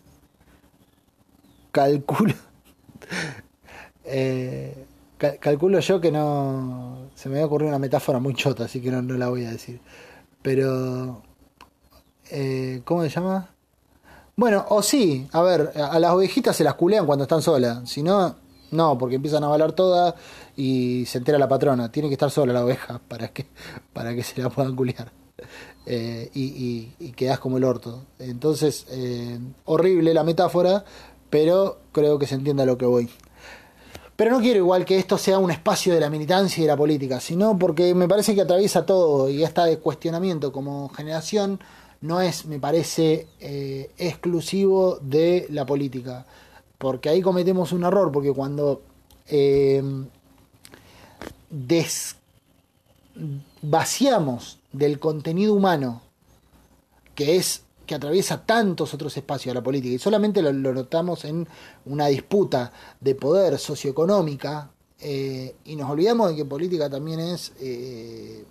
calculo eh, cal- calculo yo que no se me había ocurrido una metáfora muy chota, así que no, no la voy a decir, pero eh, ¿cómo se llama? Bueno, o sí, a ver, a, a las ovejitas se las culean cuando están solas, si no, no, porque empiezan a bailar todas y se entera la patrona, tiene que estar sola la oveja para que para que se la puedan culear. Eh, y, y, y quedás como el orto. Entonces, eh, horrible la metáfora, pero creo que se entiende a lo que voy. Pero no quiero igual que esto sea un espacio de la militancia y de la política, sino porque me parece que atraviesa todo y este cuestionamiento como generación no es, me parece, eh, exclusivo de la política. Porque ahí cometemos un error, porque cuando eh, des vaciamos del contenido humano que es que atraviesa tantos otros espacios de la política y solamente lo, lo notamos en una disputa de poder socioeconómica, eh, y nos olvidamos de que política también es eh,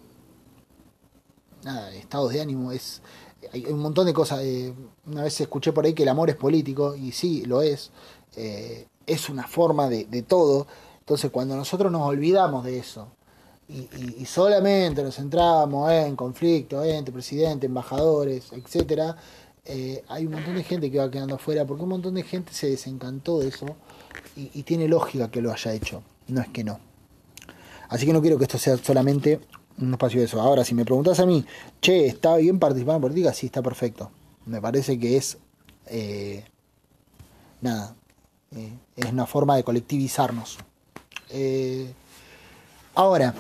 nada, estados de ánimo, es hay un montón de cosas. Eh, una vez escuché por ahí que el amor es político y sí, lo es. Eh, es una forma de, de todo. Entonces cuando nosotros nos olvidamos de eso y, y, y solamente nos centramos en conflictos entre presidentes, embajadores, etcétera, eh, hay un montón de gente que va quedando afuera porque un montón de gente se desencantó de eso y, y tiene lógica que lo haya hecho, no es que no. Así que no quiero que esto sea solamente un espacio de eso. Ahora, si me preguntás a mí, che, ¿está bien participar en política? Sí, está perfecto. Me parece que es eh, nada, eh, es una forma de colectivizarnos. Eh, ahora,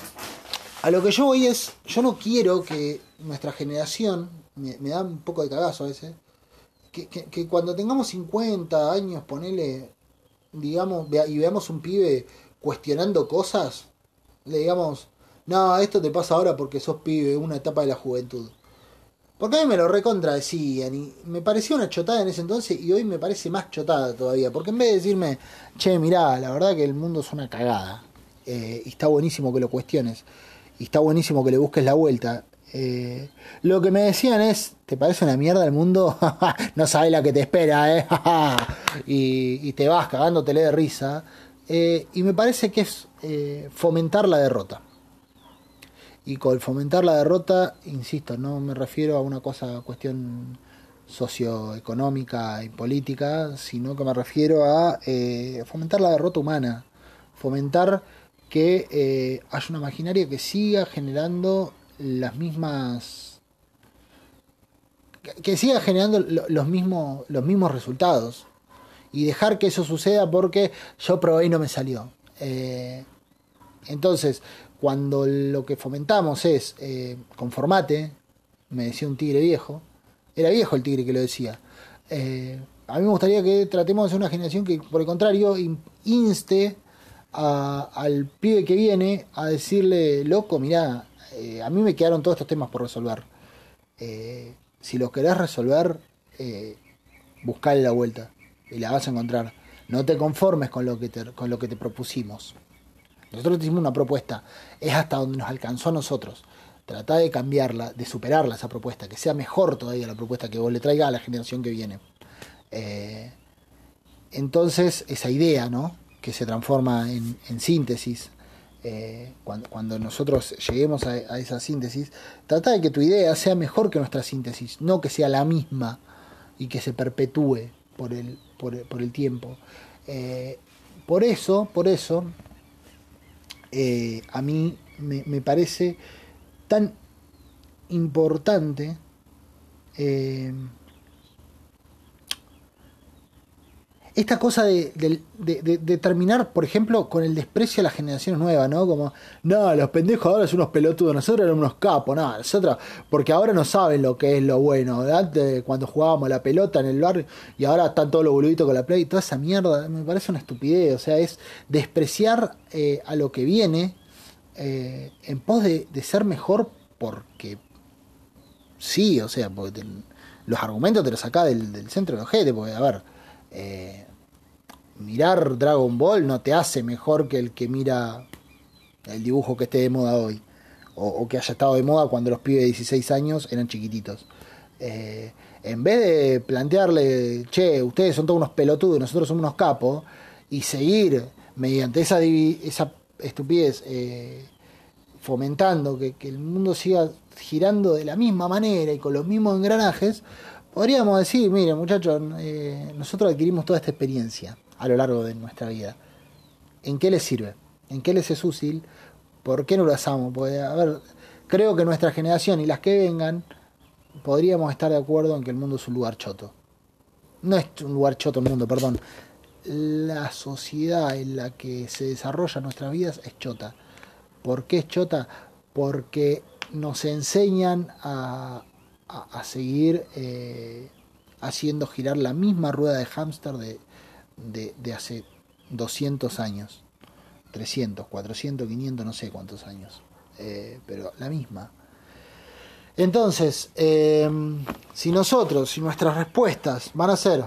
a lo que yo voy es, yo no quiero que nuestra generación, me, me da un poco de cagazo a veces, que, que, que cuando tengamos cincuenta años, ponele, digamos, vea, y veamos un pibe cuestionando cosas, le digamos, no, esto te pasa ahora porque sos pibe, una etapa de la juventud. Porque a mí me lo recontra decían y me parecía una chotada en ese entonces y hoy me parece más chotada todavía. Porque en vez de decirme, che, mirá, la verdad que el mundo es una cagada, eh, y está buenísimo que lo cuestiones, y está buenísimo que le busques la vuelta. Eh, lo que me decían es, ¿te parece una mierda el mundo? No sabes la que te espera, ¿eh? y, y te vas cagándotele de risa. Eh, y me parece que es eh, fomentar la derrota. Y con fomentar la derrota, insisto, no me refiero a una cosa, cuestión socioeconómica y política, sino que me refiero a eh, fomentar la derrota humana, fomentar que eh, haya una maquinaria que siga generando las mismas, que, que siga generando lo, los mismos los mismos resultados y dejar que eso suceda porque yo probé y no me salió. Eh, entonces, cuando lo que fomentamos es eh, conformate, me decía un tigre viejo, era viejo el tigre que lo decía, eh, a mí me gustaría que tratemos de ser una generación que, por el contrario, inste a, al pibe que viene a decirle, loco, mirá, eh, a mí me quedaron todos estos temas por resolver. Eh, si los querés resolver, eh, buscale la vuelta y la vas a encontrar. No te conformes con lo que te, con lo que te propusimos. Nosotros te hicimos una propuesta, es hasta donde nos alcanzó a nosotros. Tratá de cambiarla, de superarla esa propuesta, que sea mejor todavía la propuesta que vos le traigas a la generación que viene. Eh, entonces, esa idea, ¿no?, que se transforma en, en síntesis, eh, cuando, cuando nosotros lleguemos a, a esa síntesis, trata de que tu idea sea mejor que nuestra síntesis, no que sea la misma y que se perpetúe por el, por, por el tiempo. Eh, por eso, por eso, eh, a mí me, me parece tan importante eh, esta cosa de, de, de, de, de terminar, por ejemplo, con el desprecio a las generaciones nuevas, ¿no? Como, no, los pendejos ahora son unos pelotudos, nosotros éramos unos capos, no, nosotros, porque ahora no saben lo que es lo bueno. Antes, cuando jugábamos la pelota en el barrio, y ahora están todos los boluditos con la play, y toda esa mierda, me parece una estupidez. O sea, es despreciar eh, a lo que viene eh, en pos de, de ser mejor, porque sí, o sea, porque te, los argumentos te los sacás del, del centro del ojete, porque, a ver, Eh, mirar Dragon Ball no te hace mejor que el que mira el dibujo que esté de moda hoy, o, o que haya estado de moda cuando los pibes de dieciséis años eran chiquititos. Eh, en vez de plantearle, che, ustedes son todos unos pelotudos, nosotros somos unos capos, y seguir mediante esa, esa estupidez eh, fomentando que, que el mundo siga girando de la misma manera y con los mismos engranajes, podríamos decir, mire muchachos, eh, nosotros adquirimos toda esta experiencia a lo largo de nuestra vida. ¿En qué les sirve? ¿En qué les es útil? ¿Por qué no lo hacemos? Porque, a ver, creo que nuestra generación y las que vengan podríamos estar de acuerdo en que el mundo es un lugar choto. No es un lugar choto el mundo, perdón. La sociedad en la que se desarrollan nuestras vidas es chota. ¿Por qué es chota? Porque nos enseñan a... a, a seguir eh, haciendo girar la misma rueda de hámster de, de, de hace doscientos años, trescientos, cuatrocientos, quinientos, no sé cuántos años, eh, pero la misma. Entonces, eh, si nosotros, si nuestras respuestas van a ser,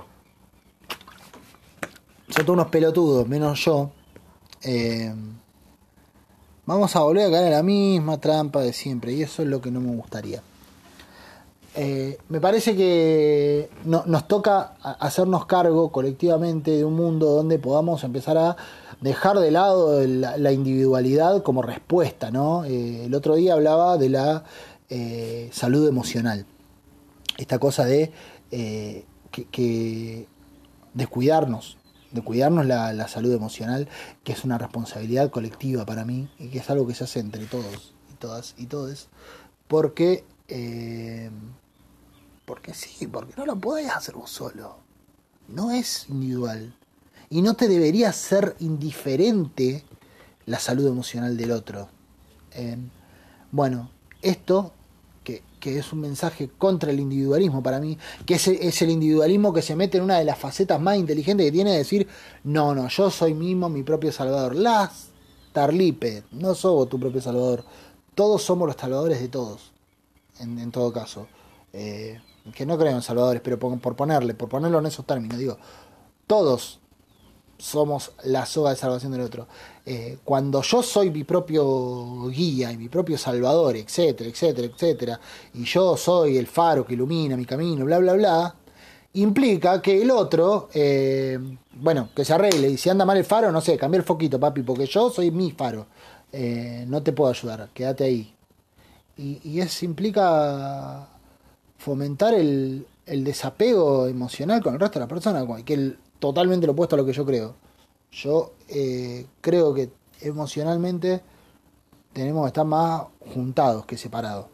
son todos unos pelotudos, menos yo, eh, vamos a volver a caer en la misma trampa de siempre, y eso es lo que no me gustaría. Eh, me parece que no, nos toca hacernos cargo colectivamente de un mundo donde podamos empezar a dejar de lado la, la individualidad como respuesta, ¿no? Eh, el otro día hablaba de la eh, salud emocional, esta cosa de eh, que, que descuidarnos, de cuidarnos la, la salud emocional, que es una responsabilidad colectiva para mí y que es algo que se hace entre todos y todas y todes, porque eh, Porque sí, porque no lo podés hacer vos solo. No es individual. Y no te debería ser indiferente la salud emocional del otro. Eh, bueno, esto, que, que es un mensaje contra el individualismo para mí, que es, es el individualismo que se mete en una de las facetas más inteligentes que tiene, de decir, no, no, yo soy mismo mi propio salvador. Las Tarlipe, no sos tu propio salvador. Todos somos los salvadores de todos, en, en todo caso. Eh, que no creo en salvadores, pero por, por ponerle, por ponerlo en esos términos, digo, todos somos la soga de salvación del otro. Eh, cuando yo soy mi propio guía y mi propio salvador, etcétera, etcétera, etcétera, y yo soy el faro que ilumina mi camino, bla, bla, bla, implica que el otro, eh, bueno, que se arregle, y si anda mal el faro, no sé, cambia el foquito, papi, porque yo soy mi faro, eh, no te puedo ayudar, quédate ahí. Y, y eso implica fomentar el, el desapego emocional con el resto de la persona, que es totalmente lo opuesto a lo que yo creo. Yo eh, creo que emocionalmente tenemos que estar más juntados que separados.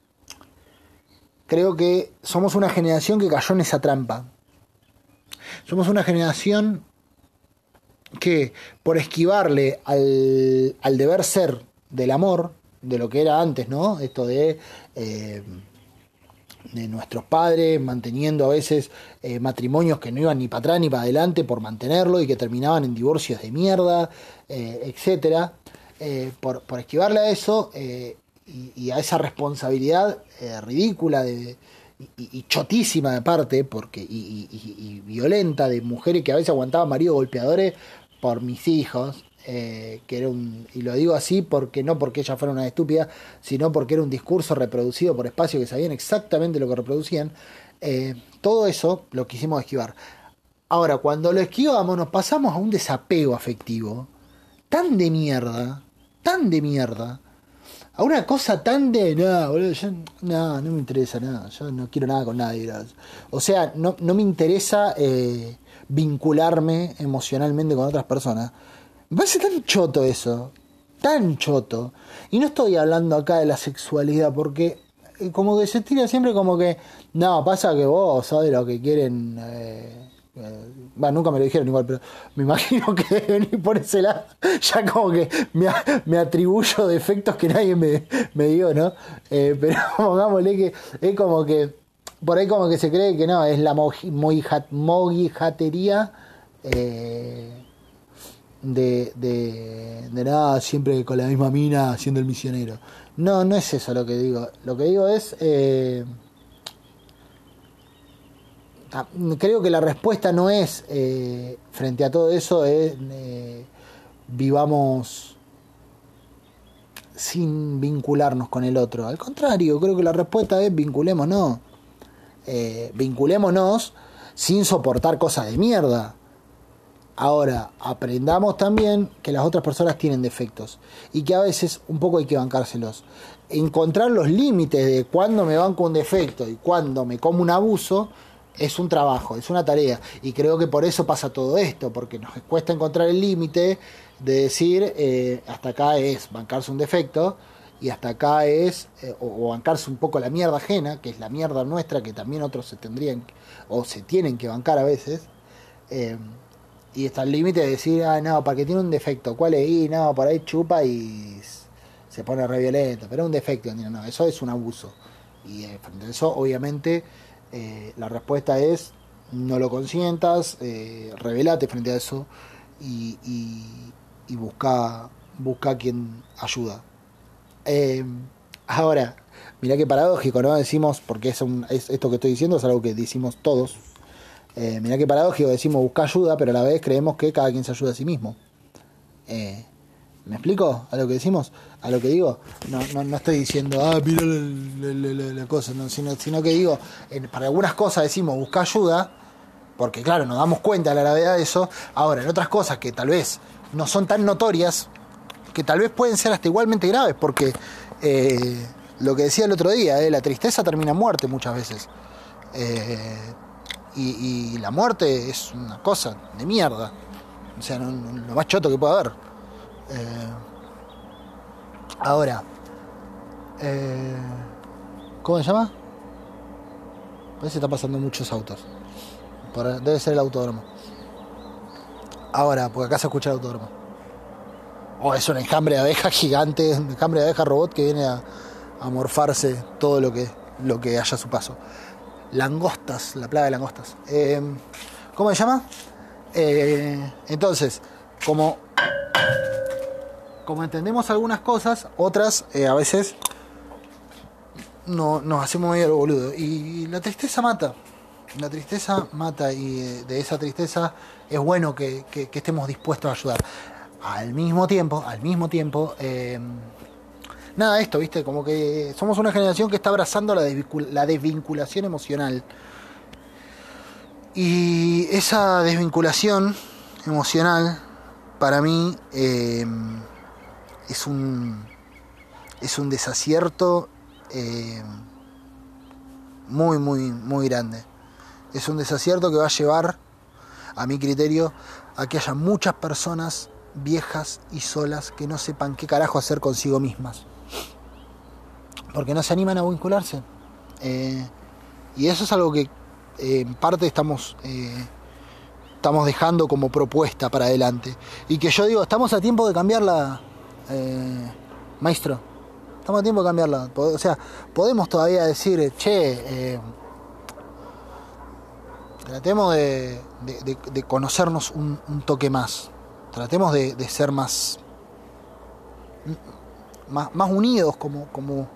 Creo que somos una generación que cayó en esa trampa. Somos una generación que, por esquivarle al, al deber ser del amor, de lo que era antes, ¿no? Esto de... Eh, de nuestros padres, manteniendo a veces eh, matrimonios que no iban ni para atrás ni para adelante por mantenerlo y que terminaban en divorcios de mierda, eh, etcétera, eh, por, por esquivarle a eso eh, y, y a esa responsabilidad eh, ridícula de, y, y chotísima de parte porque y, y, y violenta de mujeres que a veces aguantaban maridos golpeadores por mis hijos. Eh, que era un, y lo digo así porque no porque ellas fueran una estúpida, sino porque era un discurso reproducido por espacios que sabían exactamente lo que reproducían. Eh, todo eso lo quisimos esquivar. Ahora, cuando lo esquivamos, nos pasamos a un desapego afectivo tan de mierda, tan de mierda, a una cosa tan de nada, boludo, yo, no, no me interesa nada, yo no quiero nada con nadie. O sea, no, no me interesa eh, vincularme emocionalmente con otras personas. Me parece tan choto eso, tan choto. Y no estoy hablando acá de la sexualidad, porque como que se tira siempre como que, no, pasa que vos sabés lo que quieren. Eh, eh, bueno, nunca me lo dijeron igual, pero me imagino que debe venir por ese lado. Ya como que me, me atribuyo defectos que nadie me, me dio, ¿no? Eh, pero pongámosle que es como que, por ahí como que se cree que no, es la mojijatería. Eh, De, de, de nada, siempre con la misma mina haciendo el misionero. No, no es eso lo que digo. Lo que digo es eh, creo que la respuesta no es eh, frente a todo eso es eh, vivamos sin vincularnos con el otro. Al contrario, creo que la respuesta es vinculémonos. Eh, vinculémonos sin soportar cosas de mierda. Ahora, aprendamos también que las otras personas tienen defectos y que a veces un poco hay que bancárselos. Encontrar los límites de cuándo me banco un defecto y cuándo me como un abuso es un trabajo, es una tarea. Y creo que por eso pasa todo esto, porque nos cuesta encontrar el límite de decir eh, hasta acá es bancarse un defecto y hasta acá es eh, o, o bancarse un poco la mierda ajena, que es la mierda nuestra que también otros se tendrían o se tienen que bancar a veces. Eh, Y está el límite de decir, ah, no, para que tiene un defecto, ¿cuál es? Y no, por ahí chupa y se pone re violento, pero es un defecto. No, no, eso es un abuso. Y eh, frente a eso, obviamente, eh, la respuesta es, no lo consientas, eh, revelate frente a eso y, y, y busca, busca quien ayuda. Eh, ahora, mirá qué paradójico, ¿no? Decimos, porque es, un, es esto que estoy diciendo es algo que decimos todos. Eh, mirá qué paradójico, decimos buscar ayuda, pero a la vez creemos que cada quien se ayuda a sí mismo. Eh, ¿Me explico a lo que decimos? A lo que digo, no, no, no estoy diciendo, ah, mira la, la, la, la cosa, no, sino, sino que digo, eh, para algunas cosas decimos buscar ayuda, porque claro, nos damos cuenta de la gravedad de eso. Ahora, en otras cosas que tal vez no son tan notorias, que tal vez pueden ser hasta igualmente graves, porque eh, lo que decía el otro día, eh, la tristeza termina en muerte muchas veces. Eh, Y, y la muerte es una cosa de mierda. O sea, no, no, lo más choto que puede haber. Eh, ahora, eh, ¿cómo se llama? Parece que están pasando muchos autos. Por, debe ser el autódromo. Ahora, porque acá se escucha el autódromo. Oh, es un enjambre de abeja gigante, un enjambre de abeja robot que viene a, a morfarse todo lo que, lo que haya a su paso. Langostas, la plaga de langostas. Eh, ¿Cómo se llama? Eh, entonces, como, como entendemos algunas cosas, otras eh, a veces no, nos hacemos medio lo boludo. Y la tristeza mata. La tristeza mata y de esa tristeza es bueno que, que, que estemos dispuestos a ayudar. Al mismo tiempo, al mismo tiempo... Eh, Nada, esto, ¿viste? Como que somos una generación que está abrazando la, desvincul- la desvinculación emocional. Y esa desvinculación emocional, para mí, eh, es un es un desacierto eh, muy, muy, muy grande. Es un desacierto que va a llevar, a mi criterio, a que haya muchas personas viejas y solas que no sepan qué carajo hacer consigo mismas. Porque no se animan a vincularse. Eh, y eso es algo que eh, en parte estamos, eh, estamos dejando como propuesta para adelante. Y que yo digo, estamos a tiempo de cambiarla, eh, maestro. estamos a tiempo de cambiarla. O sea, podemos todavía decir, che, eh, tratemos de, de, de, de conocernos un, un toque más. Tratemos de, de ser más, más, más unidos como, como,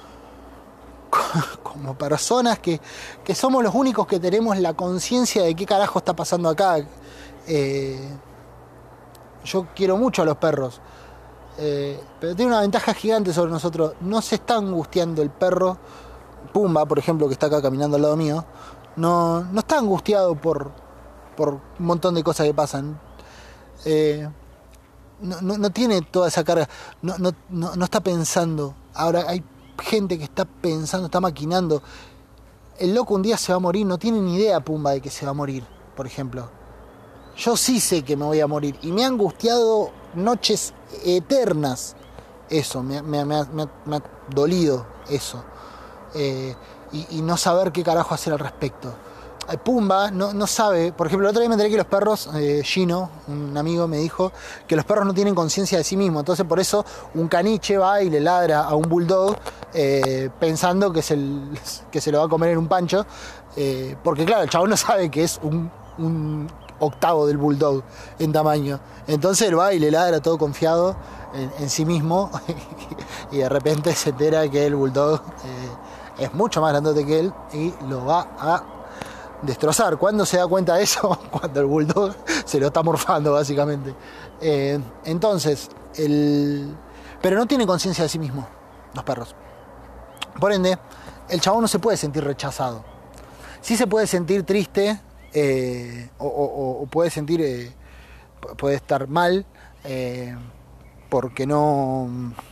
como personas que, que somos los únicos que tenemos la conciencia de qué carajo está pasando acá. Eh, yo quiero mucho a los perros, eh, pero tiene una ventaja gigante sobre nosotros. No se está angustiando el perro. Pumba, por ejemplo, que está acá caminando al lado mío, no, no está angustiado por, por un montón de cosas que pasan. Eh, no, no, no tiene toda esa carga, no, no, no, no está pensando. Ahora hay gente que está pensando, está maquinando. El loco un día se va a morir, no tiene ni idea, Pumba, de que se va a morir, por ejemplo. Yo sí sé que me voy a morir y me ha angustiado noches eternas eso, me, me, me, me, me ha dolido eso. Eh, y, y no saber qué carajo hacer al respecto. Pumba no, no sabe, por ejemplo, el otro día me enteré que los perros, eh, Gino, un amigo, me dijo que los perros no tienen conciencia de sí mismos, entonces por eso un caniche va y le ladra a un bulldog eh, pensando que se, que se lo va a comer en un pancho, eh, porque claro, el chabón no sabe que es un, un octavo del bulldog en tamaño, entonces él va y le ladra todo confiado en, en sí mismo y de repente se entera que el bulldog eh, es mucho más grandote que él y lo va a destrozar. ¿Cuándo se da cuenta de eso? Cuando el bulldog se lo está morfando, básicamente. Eh, entonces, el... pero no tiene conciencia de sí mismo, los perros. Por ende, el chabón no se puede sentir rechazado. Sí se puede sentir triste, eh, o, o, o puede sentir, eh, puede estar mal, eh, porque no...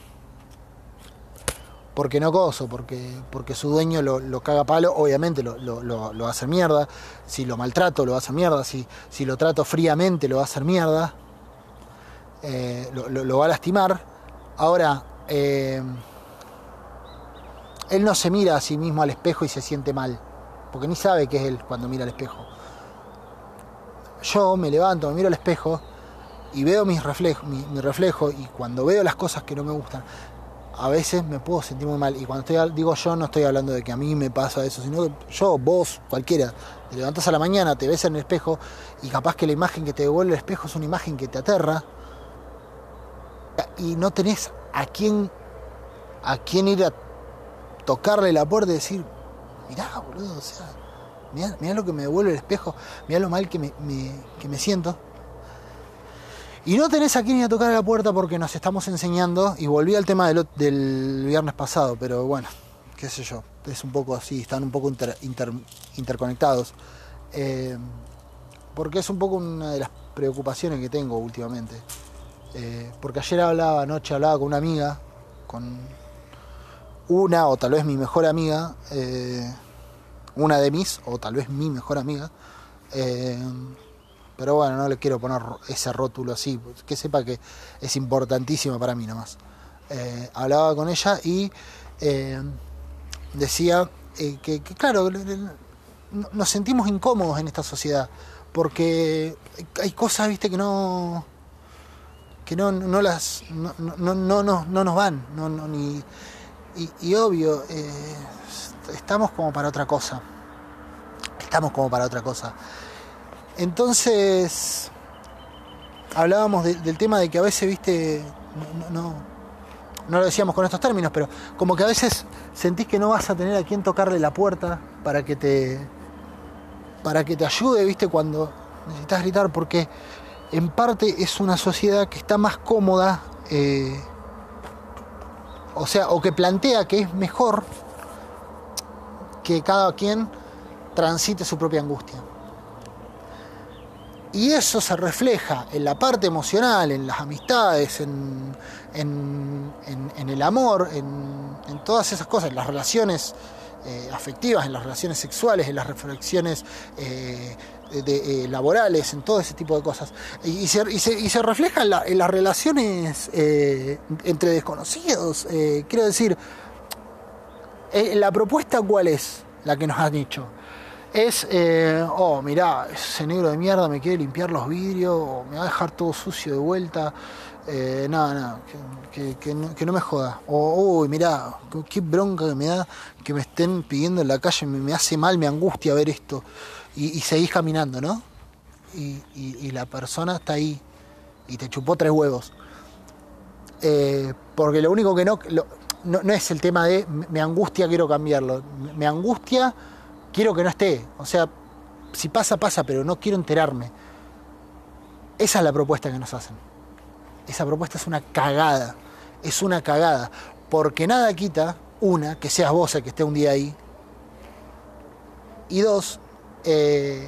porque no gozo, porque, porque su dueño lo, lo caga a palo, obviamente lo, lo, lo, lo va a hacer mierda, si lo maltrato lo va a hacer mierda, si, si lo trato fríamente lo va a hacer mierda, eh, lo, lo, lo va a lastimar. Ahora, eh, él no se mira a sí mismo al espejo y se siente mal, porque ni sabe qué es él cuando mira al espejo. Yo me levanto, me miro al espejo y veo mis reflejos, mi, mi reflejo, y cuando veo las cosas que no me gustan, a veces me puedo sentir muy mal. Y cuando estoy, digo yo, no estoy hablando de que a mí me pasa eso, sino que yo, vos, cualquiera, te levantás a la mañana, te ves en el espejo y capaz que la imagen que te devuelve el espejo es una imagen que te aterra y no tenés a quién a quién ir a tocarle la puerta y decir, mirá, boludo, o sea, mirá, mirá lo que me devuelve el espejo, mirá lo mal que me, me, que me siento. Y no tenés a quién ir a tocar a la puerta porque nos estamos enseñando, y volví al tema del, del viernes pasado, pero bueno, qué sé yo, es un poco así, están un poco inter, inter, interconectados, eh, porque es un poco una de las preocupaciones que tengo últimamente, eh, porque ayer hablaba, anoche hablaba con una amiga, con una o tal vez mi mejor amiga, eh, una de mis, o tal vez mi mejor amiga, eh, pero bueno, no le quiero poner ese rótulo así, que sepa que es importantísima para mí nomás. Eh, hablaba con ella y eh, decía eh, que, que, claro, nos sentimos incómodos en esta sociedad, porque hay cosas, viste, que no que no, no las no, no, no, no, no nos van, no, no, ni, y, y obvio, eh, estamos como para otra cosa, estamos como para otra cosa. Entonces hablábamos de, del tema de que a veces, viste, no, no, no lo decíamos con estos términos, pero como que a veces sentís que no vas a tener a quien tocarle la puerta para que te para que te ayude, viste, cuando necesitas gritar, porque en parte es una sociedad que está más cómoda, eh, o sea, o que plantea que es mejor que cada quien transite su propia angustia. Y eso se refleja en la parte emocional, en las amistades, en, en, en, en el amor, en, en todas esas cosas, en las relaciones eh, afectivas, en las relaciones sexuales, en las reflexiones eh, de, eh, laborales, en todo ese tipo de cosas. Y, y, se, y, se, y se refleja en, la, en las relaciones eh, entre desconocidos. Eh, quiero decir, eh, la propuesta, ¿cuál es? La que nos han hecho. es, eh, oh, mirá, ese negro de mierda me quiere limpiar los vidrios, o me va a dejar todo sucio de vuelta. Eh, nada, nada, que, que, que, no, que no me joda. O, uy, mirá, qué bronca que me da que me estén pidiendo en la calle, me, me hace mal, me angustia ver esto. Y, y seguís caminando, ¿no? Y, y, y la persona está ahí y te chupó tres huevos. Eh, porque lo único que no, lo, no, no es el tema de me angustia, quiero cambiarlo. Me angustia, quiero que no esté. O sea, si pasa, pasa, pero no quiero enterarme. Esa es la propuesta que nos hacen. Esa propuesta es una cagada. Es una cagada. Porque nada quita, una, que seas vos el que esté un día ahí. Y dos, eh,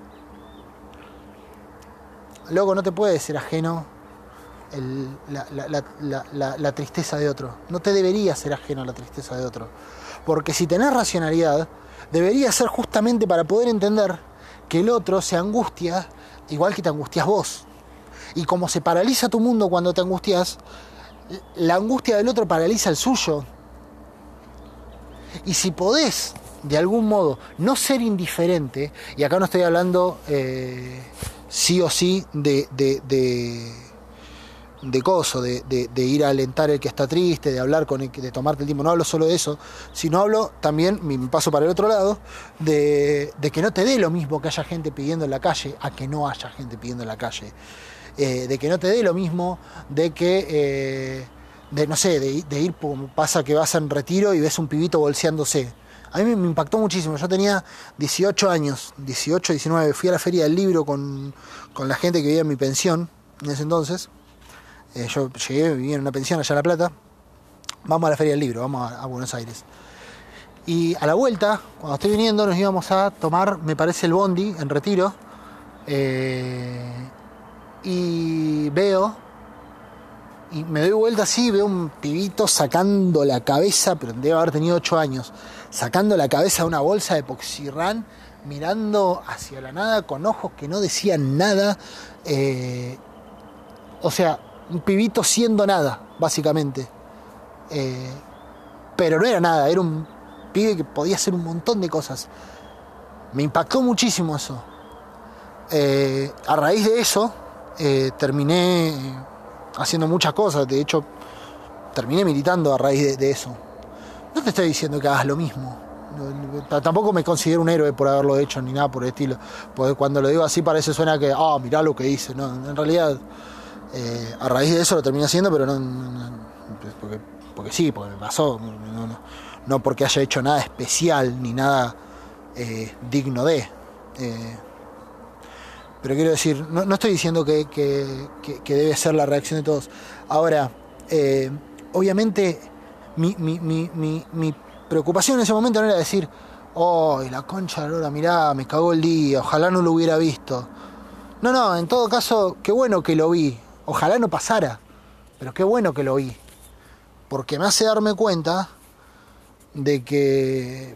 loco, no te puede ser ajeno el, la, la, la, la, la, la tristeza de otro. No te debería ser ajeno a la tristeza de otro. Porque si tenés racionalidad, debería ser justamente para poder entender que el otro se angustia igual que te angustias vos. Y como se paraliza tu mundo cuando te angustias, la angustia del otro paraliza el suyo. Y si podés, de algún modo, no ser indiferente, y acá no estoy hablando eh, sí o sí de, de, de, de coso, de, de, de ir a alentar el que está triste, de hablar con el que, de tomarte el tiempo, no hablo solo de eso, sino hablo también, mi paso para el otro lado, de, de que no te dé lo mismo que haya gente pidiendo en la calle a que no haya gente pidiendo en la calle. Eh, de que no te dé lo mismo, de que, eh, de no sé, de, de ir, como pasa que vas en retiro y ves un pibito bolseándose. A mí me, me impactó muchísimo. Yo tenía dieciocho años, dieciocho, diecinueve, fui a la feria del libro con, con la gente que vivía en mi pensión en ese entonces. Eh, yo llegué, vivía en una pensión allá en La Plata. Vamos a la feria del libro, vamos a, a Buenos Aires. Y a la vuelta, cuando estoy viniendo, nos íbamos a tomar, me parece, el bondi en Retiro. Eh, y veo, y me doy vuelta así, veo un pibito sacando la cabeza, pero debe haber tenido ocho años, sacando la cabeza de una bolsa de Poxirrán, mirando hacia la nada con ojos que no decían nada. Eh, o sea, un pibito siendo nada, básicamente. Eh, pero no era nada, era un pibe que podía hacer un montón de cosas. Me impactó muchísimo eso. Eh, a raíz de eso, eh, terminé haciendo muchas cosas. De hecho, terminé militando a raíz de, de eso. No te estoy diciendo que hagas lo mismo. No, tampoco me considero un héroe por haberlo hecho ni nada por el estilo. Porque cuando lo digo así parece suena que, ah, oh, mirá lo que hice. No, en realidad, eh, a raíz de eso lo terminé haciendo, pero no, no, no porque, porque sí, porque me pasó. No, no, no porque haya hecho nada especial ni nada eh, digno de. Eh, pero quiero decir, no, no estoy diciendo que, que, que, que debe ser la reacción de todos. Ahora, eh, obviamente, mi, mi, mi, mi, mi preocupación en ese momento no era decir, oh, la concha de la lora, mirá, me cagó el día, ojalá no lo hubiera visto. No, no, en todo caso, qué bueno que lo vi. Ojalá no pasara, pero qué bueno que lo vi. Porque me hace darme cuenta de que...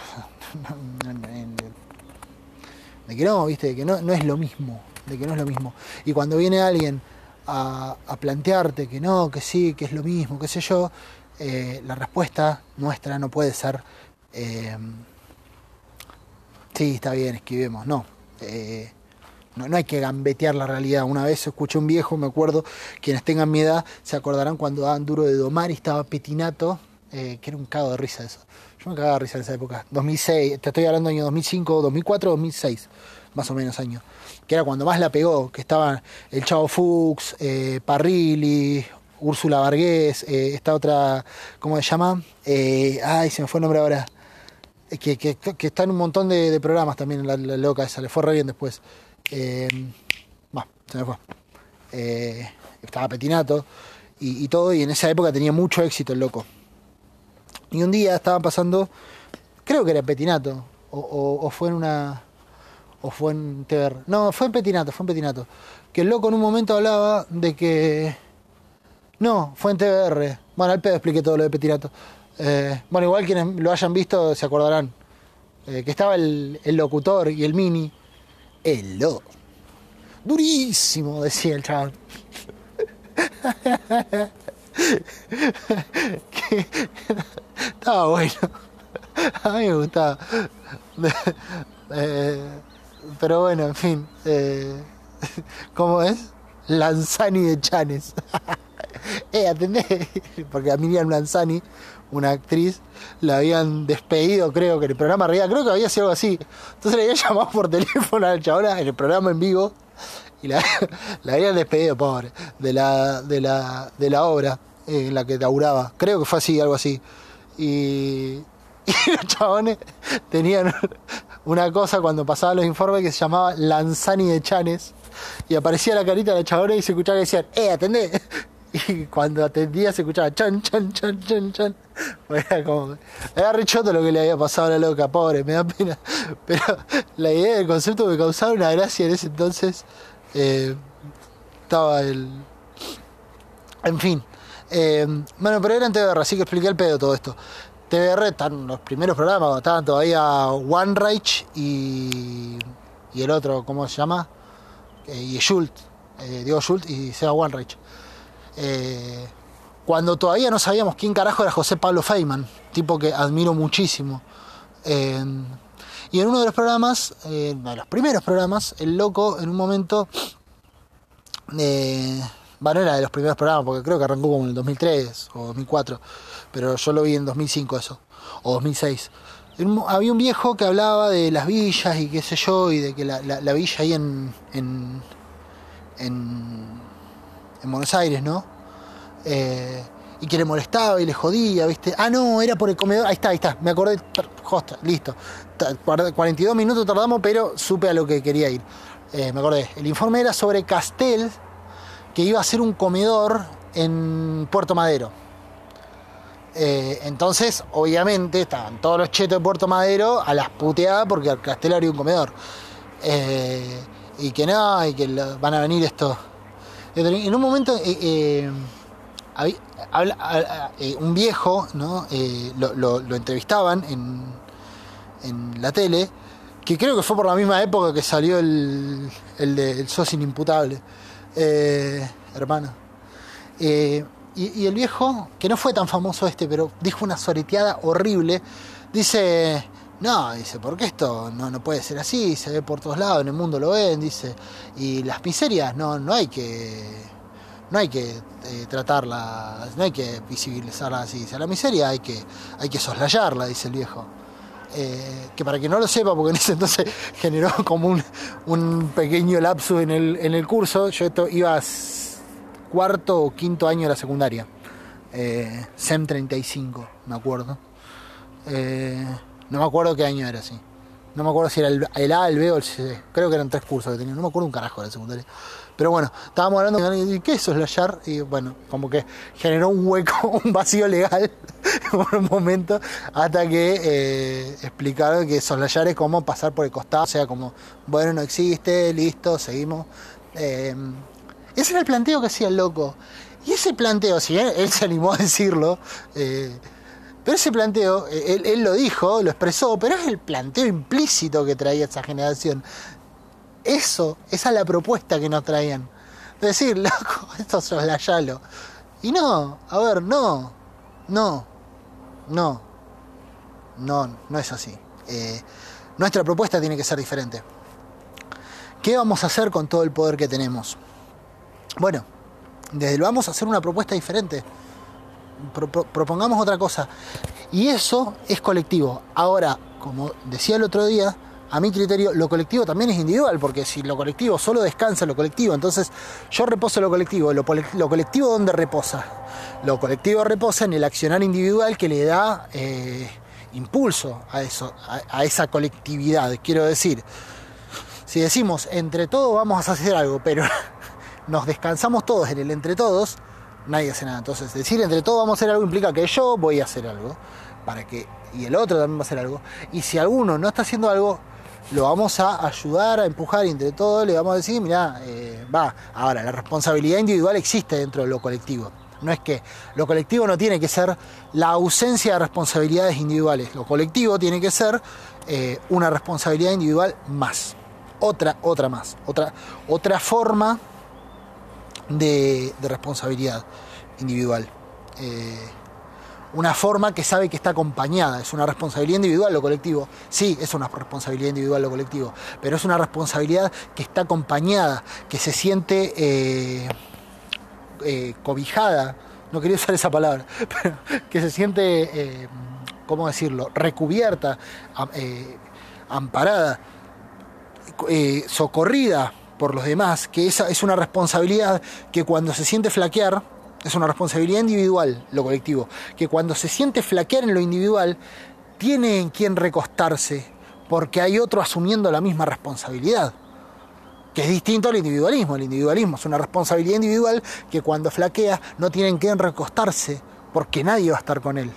de que no, viste, de que no, no es lo mismo, de que no es lo mismo. Y cuando viene alguien a, a plantearte que no, que sí, que es lo mismo, qué sé yo, eh, la respuesta nuestra no puede ser, eh, sí, está bien, esquivemos, no. Eh, no. No hay que gambetear la realidad. Una vez escuché a un viejo, me acuerdo, quienes tengan mi edad se acordarán cuando daban Duro de Domar y estaba Petinato, eh, que era un cago de risa eso. Yo me cagaba de risa en esa época, dos mil seis, te estoy hablando del año dos mil cinco, dos mil cuatro, dos mil seis, más o menos año, que era cuando más la pegó, que estaban el Chavo Fuchs, eh, Parrilli, Úrsula Vargés, eh, esta otra, ¿cómo se llama? Eh, ay, se me fue el nombre ahora, eh, que, que, que está en un montón de, de programas también, la, la loca esa, le fue re bien después. Eh, bueno, se me fue. Eh, estaba Petinato y, y todo, y en esa época tenía mucho éxito el loco. Y un día estaban pasando, creo que era Petinato, o, o, o fue en una, o fue en T V R, no, fue en Petinato, fue en Petinato, que el loco en un momento hablaba de que, no, fue en T V R, bueno, al pedo expliqué todo lo de Petinato, eh, bueno, igual quienes lo hayan visto se acordarán, eh, que estaba el, el locutor y el mini, el lo, durísimo, decía el chaval. que, estaba bueno, a mí me gustaba. Eh, pero bueno, en fin. Eh, ¿Cómo es? Lanzani de Chanes. eh, atendé. Porque a Miriam Lanzani, una actriz, la habían despedido, creo que en el programa arriba, creo que había sido algo así. Entonces le habían llamado por teléfono a la chabona en el programa en vivo y la, la habían despedido, pobre, de la, de la, de la obra en la que laburaba. Creo que fue así, algo así. Y, y los chabones tenían una cosa cuando pasaban los informes que se llamaba Lanzani de Chanes. Y aparecía la carita de la chabona y se escuchaba que decían, ¡eh, atendé! Y cuando atendía se escuchaba chan, chan, chan, chan, chan. Era como, era re choto lo que le había pasado a la loca, pobre, me da pena. Pero la idea del concepto me causaba una gracia en ese entonces. Eh, estaba el... En fin. Eh, bueno, pero era en T V R, así que expliqué el pedo todo esto. T V R están los primeros programas, cuando estaban todavía One Reich y, y el otro, ¿cómo se llama? Eh, y Schult, eh, Diego Schult y Seba One Reich. Eh, cuando todavía no sabíamos quién carajo era José Pablo Feynman, tipo que admiro muchísimo. Eh, y en uno de los programas, eh, uno de los primeros programas, el loco en un momento... Eh, bueno, era de los primeros programas, porque creo que arrancó como en el dos mil tres o dos mil cuatro, pero yo lo vi en dos mil cinco eso, o dos mil seis. Había un viejo que hablaba de las villas y qué sé yo, y de que la, la, la villa ahí en, en, en, en Buenos Aires, ¿no? Eh, y que le molestaba y le jodía, ¿viste? Ah, no, era por el comedor, ahí está, ahí está, me acordé, josta, listo. cuarenta y dos minutos tardamos, pero supe a lo que quería ir. Eh, me acordé, el informe era sobre Castel, que iba a ser un comedor en Puerto Madero. Eh, entonces, obviamente, estaban todos los chetos de Puerto Madero a las puteadas porque al Castel había un comedor. Eh, y que no, y que van a venir estos. En un momento, eh, eh, había, habla, eh, un viejo, ¿no? Eh, lo, lo, lo entrevistaban en, en la tele, que creo que fue por la misma época que salió el, el de El Socio Inimputable. Eh, hermano. Eh, y, y el viejo, que no fue tan famoso este, pero dijo una soreteada horrible. Dice, no, dice, porque esto no, no puede ser así, se ve por todos lados, en el mundo lo ven, dice. Y las miserias no, no hay que, no hay que eh, tratarlas, no hay que visibilizarlas así. Dice, la miseria hay que, hay que soslayarla, dice el viejo. Eh, que para que no lo sepa, porque en ese entonces generó como un, un pequeño lapsus en el, en el curso. Yo esto iba a cuarto o quinto año de la secundaria, eh, S E M treinta y cinco, me acuerdo. Eh, no me acuerdo qué año era, sí. No me acuerdo si era el, el A, el B o el C. Creo que eran tres cursos que tenía. No me acuerdo un carajo de la secundaria. Pero bueno, estábamos hablando de qué es soslayar. Y bueno, como que generó un hueco, un vacío legal por un momento. Hasta que eh, explicaron que soslayar es como pasar por el costado. O sea, como, bueno, no existe, listo, seguimos. Eh, ese era el planteo que hacía el loco. Y ese planteo, si él, él se animó a decirlo... Eh, Pero ese planteo, él, él lo dijo, lo expresó, pero es el planteo implícito que traía esa generación. Eso, esa es la propuesta que nos traían. Decir, loco, esto soslayalo. Y no, a ver, no, no, no, no, no es así. Eh, nuestra propuesta tiene que ser diferente. ¿Qué vamos a hacer con todo el poder que tenemos? Bueno, desde lo vamos a hacer una propuesta diferente. Pro, pro, propongamos otra cosa, y eso es colectivo. Ahora, como decía el otro día, a mi criterio lo colectivo también es individual, porque si lo colectivo solo descansa en lo colectivo, entonces yo reposo en lo colectivo. Lo, lo colectivo, ¿dónde reposa? Lo colectivo reposa en el accionar individual que le da eh, impulso a eso, a, a esa colectividad. Quiero decir, si decimos entre todos vamos a hacer algo, pero nos descansamos todos en el entre todos, nadie hace nada. Entonces, decir entre todos vamos a hacer algo implica que yo voy a hacer algo para que, y el otro también va a hacer algo. Y si alguno no está haciendo algo, lo vamos a ayudar, a empujar, y entre todos le vamos a decir, mirá, eh, va. Ahora, la responsabilidad individual existe dentro de lo colectivo. No es que lo colectivo no tiene que ser la ausencia de responsabilidades individuales. Lo colectivo tiene que ser eh, una responsabilidad individual más. Otra, otra más. Otra, otra forma de, de responsabilidad individual. Eh, una forma que sabe que está acompañada. Es una responsabilidad individual lo colectivo. Sí, es una responsabilidad individual lo colectivo, pero es una responsabilidad que está acompañada, que se siente eh, eh, cobijada, no quería usar esa palabra, pero que se siente, eh, ¿cómo decirlo?, recubierta, eh, amparada, eh, socorrida por los demás, que esa es una responsabilidad que cuando se siente flaquear, es una responsabilidad individual, lo colectivo, que cuando se siente flaquear en lo individual, tiene en quién recostarse, porque hay otro asumiendo la misma responsabilidad, que es distinto al individualismo. El individualismo es una responsabilidad individual que cuando flaquea no tiene en quién recostarse, porque nadie va a estar con él.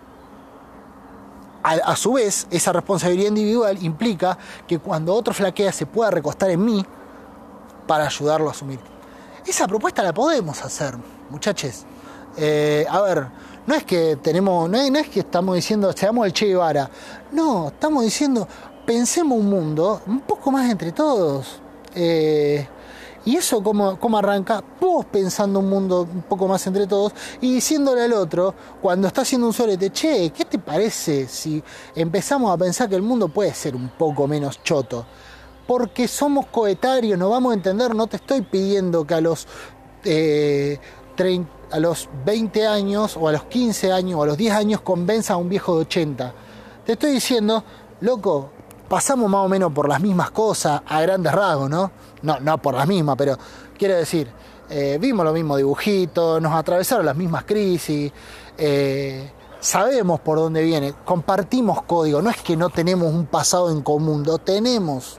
A, a su vez, esa responsabilidad individual implica que cuando otro flaquea se pueda recostar en mí para ayudarlo a asumir. Esa propuesta la podemos hacer, muchachos. Eh, a ver, no es que tenemos, no es, no es que estamos diciendo seamos el Che Guevara. No, estamos diciendo pensemos un mundo un poco más entre todos. Eh, y eso cómo, cómo arranca, vos pensando un mundo un poco más entre todos y diciéndole al otro, cuando está haciendo un solete, che, ¿qué te parece si empezamos a pensar que el mundo puede ser un poco menos choto? Porque somos coetarios, nos vamos a entender. No te estoy pidiendo que a los, eh, treinta, a los veinte años o a los quince años o a los diez años convenza a un viejo de ochenta. Te estoy diciendo, loco, pasamos más o menos por las mismas cosas a grandes rasgos, ¿no? No, no por las mismas, pero quiero decir, eh, vimos los mismos dibujitos, nos atravesaron las mismas crisis, eh, sabemos por dónde viene, compartimos código. No es que no tenemos un pasado en común, lo tenemos.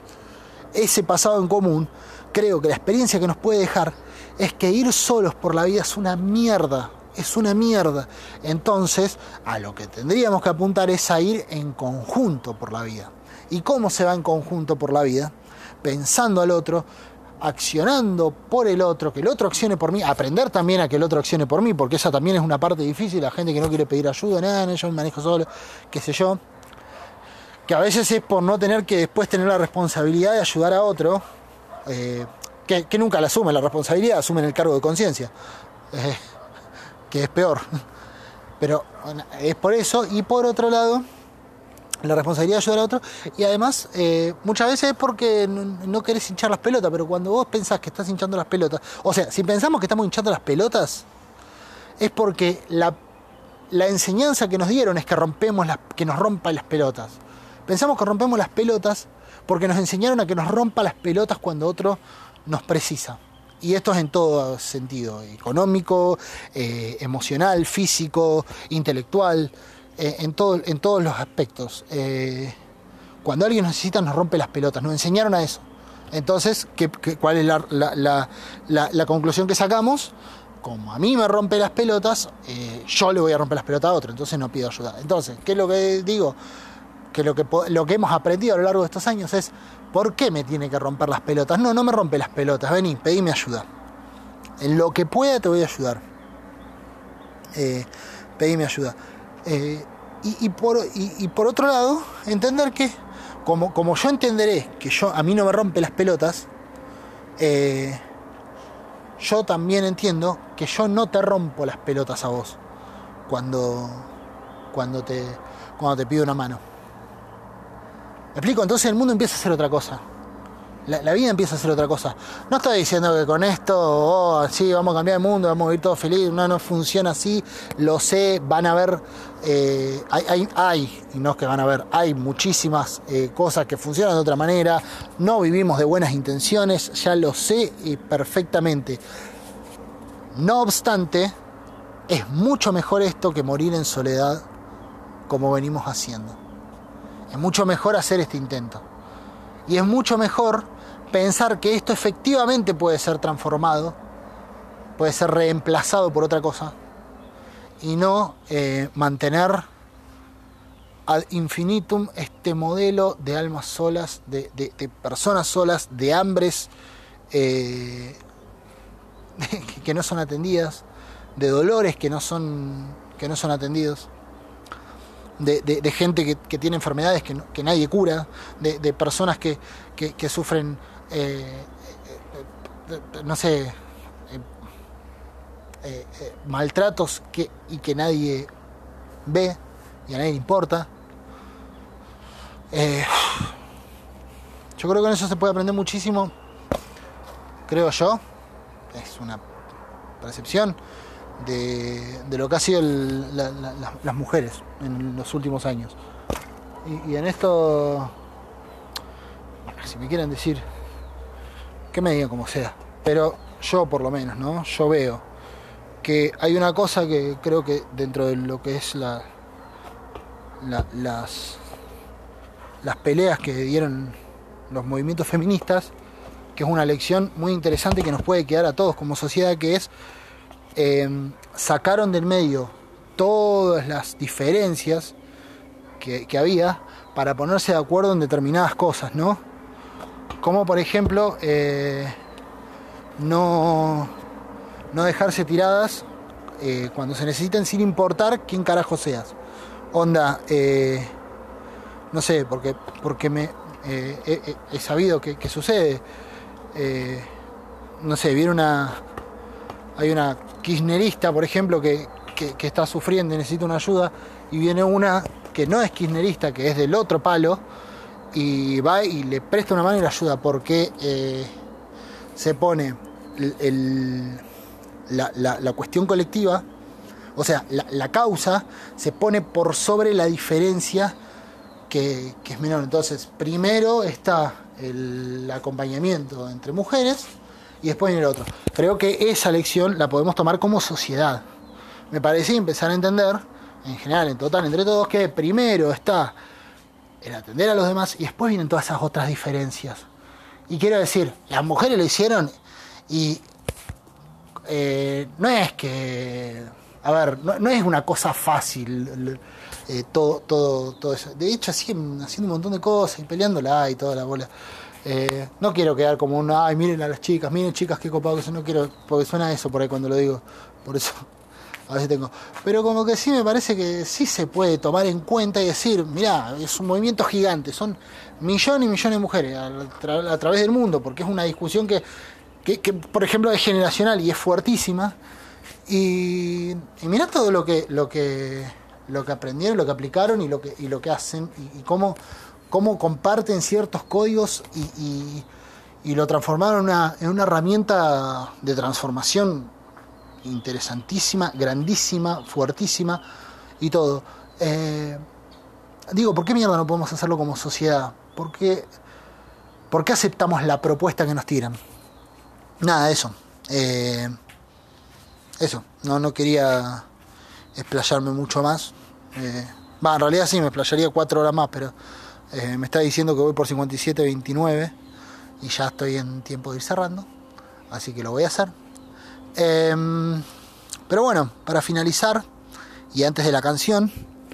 Ese pasado en común, creo que la experiencia que nos puede dejar es que ir solos por la vida es una mierda, es una mierda. Entonces, a lo que tendríamos que apuntar es a ir en conjunto por la vida. ¿Y cómo se va en conjunto por la vida? Pensando al otro, accionando por el otro, que el otro accione por mí, aprender también a que el otro accione por mí, porque esa también es una parte difícil, la gente que no quiere pedir ayuda, nada, no, yo me manejo solo, qué sé yo. Que a veces es por no tener que después tener la responsabilidad de ayudar a otro, eh, que, que nunca la asumen la responsabilidad, asumen el cargo de conciencia, eh, que es peor. Pero bueno, es por eso. Y por otro lado, la responsabilidad de ayudar a otro. Y además, eh, muchas veces es porque no, no querés hinchar las pelotas, pero cuando vos pensás que estás hinchando las pelotas, o sea, si pensamos que estamos hinchando las pelotas, es porque la, la enseñanza que nos dieron es que, rompemos las, que nos rompan las pelotas. Pensamos que rompemos las pelotas porque nos enseñaron a que nos rompa las pelotas cuando otro nos precisa. Y esto es en todo sentido, económico, eh, emocional, físico, intelectual, eh, en, todo, en todos los aspectos. Eh, cuando alguien nos necesita nos rompe las pelotas, nos enseñaron a eso. Entonces, ¿qué, qué, ¿cuál es la, la, la, la, la conclusión que sacamos? Como a mí me rompe las pelotas, eh, yo le voy a romper las pelotas a otro, entonces no pido ayuda. Entonces, ¿qué es lo que digo? Que lo que lo que hemos aprendido a lo largo de estos años es ¿por qué me tiene que romper las pelotas? No, no me rompe las pelotas, vení, pedime ayuda. En lo que pueda te voy a ayudar. Eh, pedime ayuda. Eh, y, y, por, y, y por otro lado, entender que como, como yo entenderé que yo a mí no me rompe las pelotas, eh, yo también entiendo que yo no te rompo las pelotas a vos cuando, cuando, te, cuando te pido una mano. ¿Me explico? Entonces el mundo empieza a hacer otra cosa. La, la vida empieza a hacer otra cosa. No estoy diciendo que con esto, oh, sí, vamos a cambiar el mundo, vamos a vivir todos felices. No, no funciona así. Lo sé, van a ver, eh, hay, hay, hay, y no es que van a ver, hay muchísimas eh, cosas que funcionan de otra manera. No vivimos de buenas intenciones, ya lo sé eh, perfectamente. No obstante, es mucho mejor esto que morir en soledad como venimos haciendo. Es mucho mejor hacer este intento. Y es mucho mejor pensar que esto efectivamente puede ser transformado, puede ser reemplazado por otra cosa, y no eh, mantener ad infinitum este modelo de almas solas, de, de, de personas solas, de hambres eh, que no son atendidas, de dolores que no son, que no son atendidos. De, de, de gente que, que tiene enfermedades que, no, que nadie cura, de, de personas que, que, que sufren, eh, eh, eh, no sé, eh, eh, eh, maltratos que, y que nadie ve y a nadie le importa. Eh, yo creo que con eso se puede aprender muchísimo, creo yo, es una percepción de, de lo que ha sido el, la, la, la, las mujeres en los últimos años. Y, y en esto, bueno, si me quieren decir, que me digan como sea, pero yo por lo menos, ¿no? Yo veo que hay una cosa que creo que dentro de lo que es la, la las las peleas que dieron los movimientos feministas, que es una lección muy interesante que nos puede quedar a todos como sociedad, que es eh, sacaron del medio todas las diferencias que, que había para ponerse de acuerdo en determinadas cosas, ¿no? Como por ejemplo eh, no, no dejarse tiradas eh, cuando se necesiten, sin importar quién carajo seas. Onda, eh, no sé, porque, porque me eh, he, he sabido que, que sucede. Eh, no sé, viene una... Hay una kirchnerista, por ejemplo, que, que, que está sufriendo y necesita una ayuda, y viene una que no es kirchnerista, que es del otro palo, y va y le presta una mano y le ayuda, porque eh, se pone el, el, la, la, la cuestión colectiva, o sea, la, la causa se pone por sobre la diferencia que, que es menor. Entonces, primero está el acompañamiento entre mujeres y después viene el otro. Creo que esa lección la podemos tomar como sociedad. Me parecía empezar a entender, en general, en total, entre todos, que primero está el atender a los demás y después vienen todas esas otras diferencias. Y quiero decir, las mujeres lo hicieron y eh, no es que... A ver, no, no es una cosa fácil eh, todo, todo, todo eso. De hecho, siguen haciendo un montón de cosas y peleándola y toda la bola. Eh, no quiero quedar como un, ay, miren a las chicas, miren chicas, qué copado que eso, no quiero, porque suena eso por ahí cuando lo digo. Por eso a veces tengo. Pero como que sí me parece que sí se puede tomar en cuenta y decir, mirá, es un movimiento gigante, son millones y millones de mujeres a, tra- a través del mundo, porque es una discusión que, que, que, por ejemplo, es generacional y es fuertísima. Y, y mirá todo lo que, lo que, lo que aprendieron, lo que aplicaron y lo que, y lo que hacen, y, y cómo, cómo comparten ciertos códigos y, y, y lo transformaron en una, en una herramienta de transformación interesantísima, grandísima, fuertísima y todo. Eh, digo, ¿por qué mierda no podemos hacerlo como sociedad? ¿Por qué, ¿Por qué aceptamos la propuesta que nos tiran? Nada, eso. Eh, Eso, no, no quería explayarme mucho más. Eh, bah, en realidad sí, me explayaría cuatro horas más, pero eh, me está diciendo que voy por cincuenta y siete veintinueve y ya estoy en tiempo de ir cerrando, así que lo voy a hacer. Eh, pero bueno, para finalizar, y antes de la canción,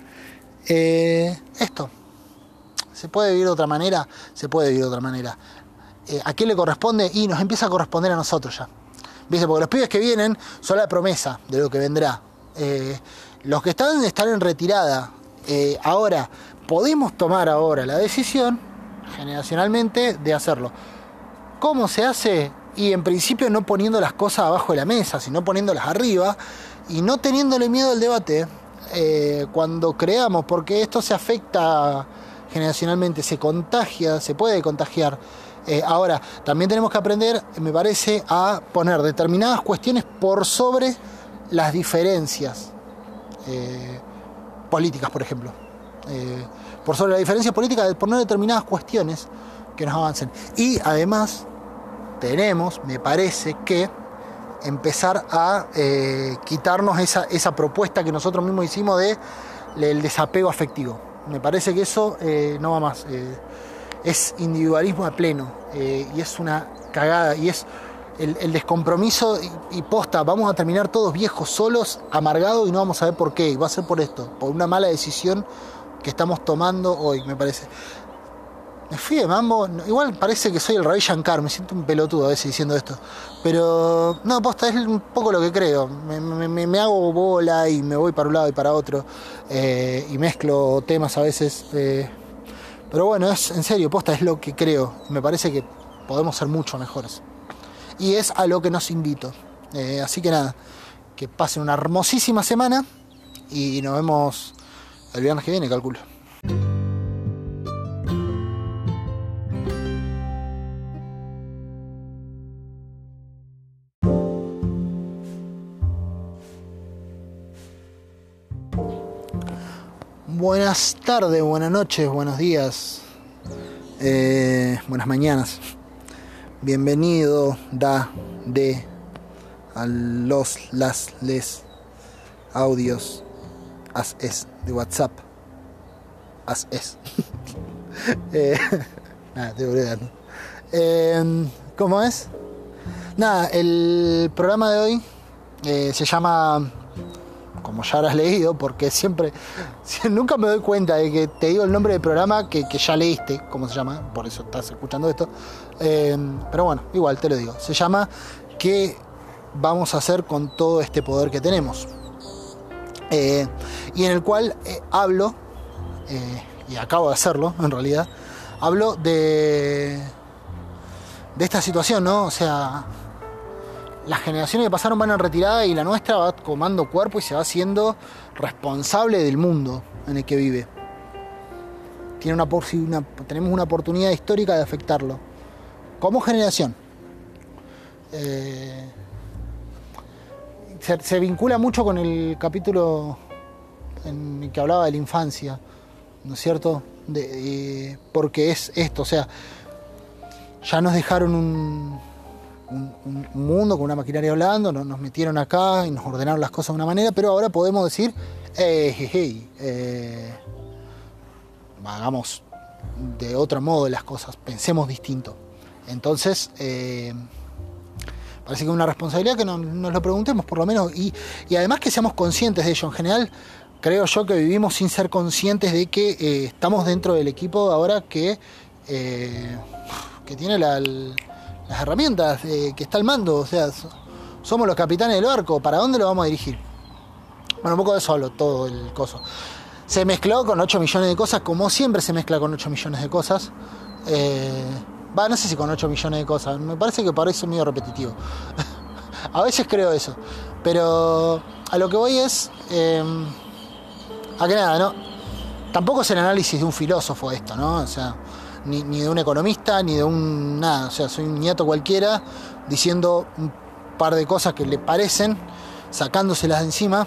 eh, esto, ¿se puede vivir de otra manera? Se puede vivir de otra manera. Eh, ¿A quién le corresponde? Y nos empieza a corresponder a nosotros ya. ¿Viste? Porque los pibes que vienen son la promesa de lo que vendrá. Eh, los que están están en retirada. Eh, ahora, podemos tomar ahora la decisión, generacionalmente, de hacerlo. ¿Cómo se hace? Y en principio no poniendo las cosas abajo de la mesa, sino poniéndolas arriba y no teniéndole miedo al debate eh, cuando creamos, porque esto se afecta generacionalmente, se contagia, se puede contagiar. Eh, ahora, también tenemos que aprender, me parece, a poner determinadas cuestiones por sobre las diferencias eh, políticas, por ejemplo. Eh, por sobre las diferencias políticas, de poner determinadas cuestiones que nos avancen. Y además, tenemos, me parece, que empezar a eh, quitarnos esa, esa propuesta que nosotros mismos hicimos de, del desapego afectivo. Me parece que eso eh, no va más. Eh, es individualismo a pleno eh, y es una cagada y es el, el descompromiso y, y posta, vamos a terminar todos viejos, solos, amargados y no vamos a ver por qué, y va a ser por esto, por una mala decisión que estamos tomando hoy, me parece. Me fui de mambo, igual parece que soy el Ravi Shankar, me siento un pelotudo a veces diciendo esto, pero no, posta, es un poco lo que creo, me, me, me hago bola y me voy para un lado y para otro eh, y mezclo temas a veces. eh, Pero bueno, es en serio, posta, es lo que creo. Me parece que podemos ser mucho mejores. Y es a lo que nos invito. Eh, así que nada, que pasen una hermosísima semana y nos vemos el viernes que viene, calculo. Buenas tardes, buenas noches, buenos días, eh, buenas mañanas. Bienvenido, da, de, a los, las, les, audios, as es, de WhatsApp. As es. eh, nada, te voy a dar. Eh, ¿Cómo es? Nada, el programa de hoy eh, se llama... como ya habrás leído, porque siempre, nunca me doy cuenta de que te digo el nombre del programa que, que ya leíste, cómo se llama, por eso estás escuchando esto, eh, pero bueno, igual te lo digo, se llama ¿Qué vamos a hacer con todo este poder que tenemos? Eh, y en el cual eh, hablo, eh, y acabo de hacerlo en realidad, hablo de, de esta situación, ¿no? O sea... las generaciones que pasaron van en retirada y la nuestra va tomando cuerpo y se va haciendo responsable del mundo en el que vive. Tiene una, una, tenemos una oportunidad histórica de afectarlo. Como generación. Eh, se, se vincula mucho con el capítulo en el que hablaba de la infancia, ¿no es cierto? De, eh, porque es esto, o sea, ya nos dejaron un... Un, un mundo con una maquinaria hablando, nos, nos metieron acá y nos ordenaron las cosas de una manera, pero ahora podemos decir, hey, hey, hey, eh, hagamos de otro modo las cosas, pensemos distinto. Entonces, eh, parece que es una responsabilidad que nos, nos lo preguntemos por lo menos, y, y además que seamos conscientes de ello. En general, creo yo que vivimos sin ser conscientes de que eh, estamos dentro del equipo ahora que, eh, que tiene la... El, las herramientas eh, que está al mando, o sea, somos los capitanes del barco, ¿para dónde lo vamos a dirigir? Bueno, un poco de eso hablo, todo el coso. Se mezcló con ocho millones de cosas, como siempre se mezcla con ocho millones de cosas. Eh, va, no sé si con ocho millones de cosas, me parece que parece medio repetitivo. A veces creo eso, pero a lo que voy es, eh, a que nada, ¿no? Tampoco es el análisis de un filósofo esto, ¿no? O sea... Ni, ni de un economista, ni de un nada, o sea, soy un nieto cualquiera diciendo un par de cosas que le parecen, sacándoselas de encima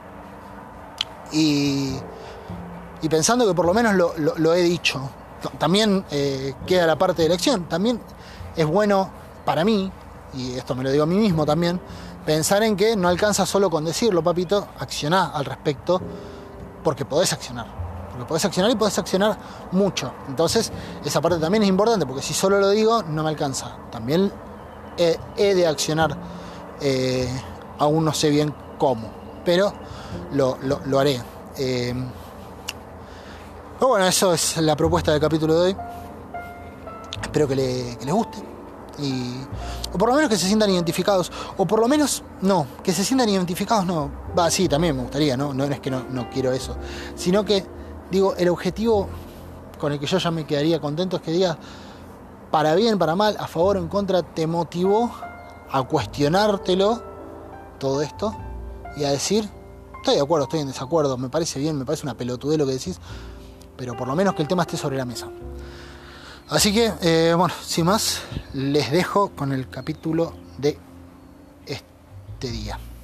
y, y pensando que por lo menos lo, lo, lo he dicho. También eh, queda la parte de elección, también es bueno para mí, y esto me lo digo a mí mismo también, pensar en que no alcanza solo con decirlo, papito, accioná al respecto, porque podés accionar. Porque podés accionar y podés accionar mucho. Entonces, esa parte también es importante, porque si solo lo digo, no me alcanza. También he, he de accionar, eh, aún no sé bien cómo, pero lo, lo, lo haré. Eh, pero bueno, eso es la propuesta del capítulo de hoy. Espero que, le, que les guste. Y, o por lo menos que se sientan identificados. O por lo menos, no, que se sientan identificados no. Va, sí, también me gustaría, ¿no? No es que no, no quiero eso. Sino que digo, el objetivo con el que yo ya me quedaría contento es que diga, para bien, para mal, a favor o en contra, te motivó a cuestionártelo todo esto y a decir, estoy de acuerdo, estoy en desacuerdo, me parece bien, me parece una pelotudez lo que decís, pero por lo menos que el tema esté sobre la mesa. Así que, eh, bueno, sin más, les dejo con el capítulo de este día.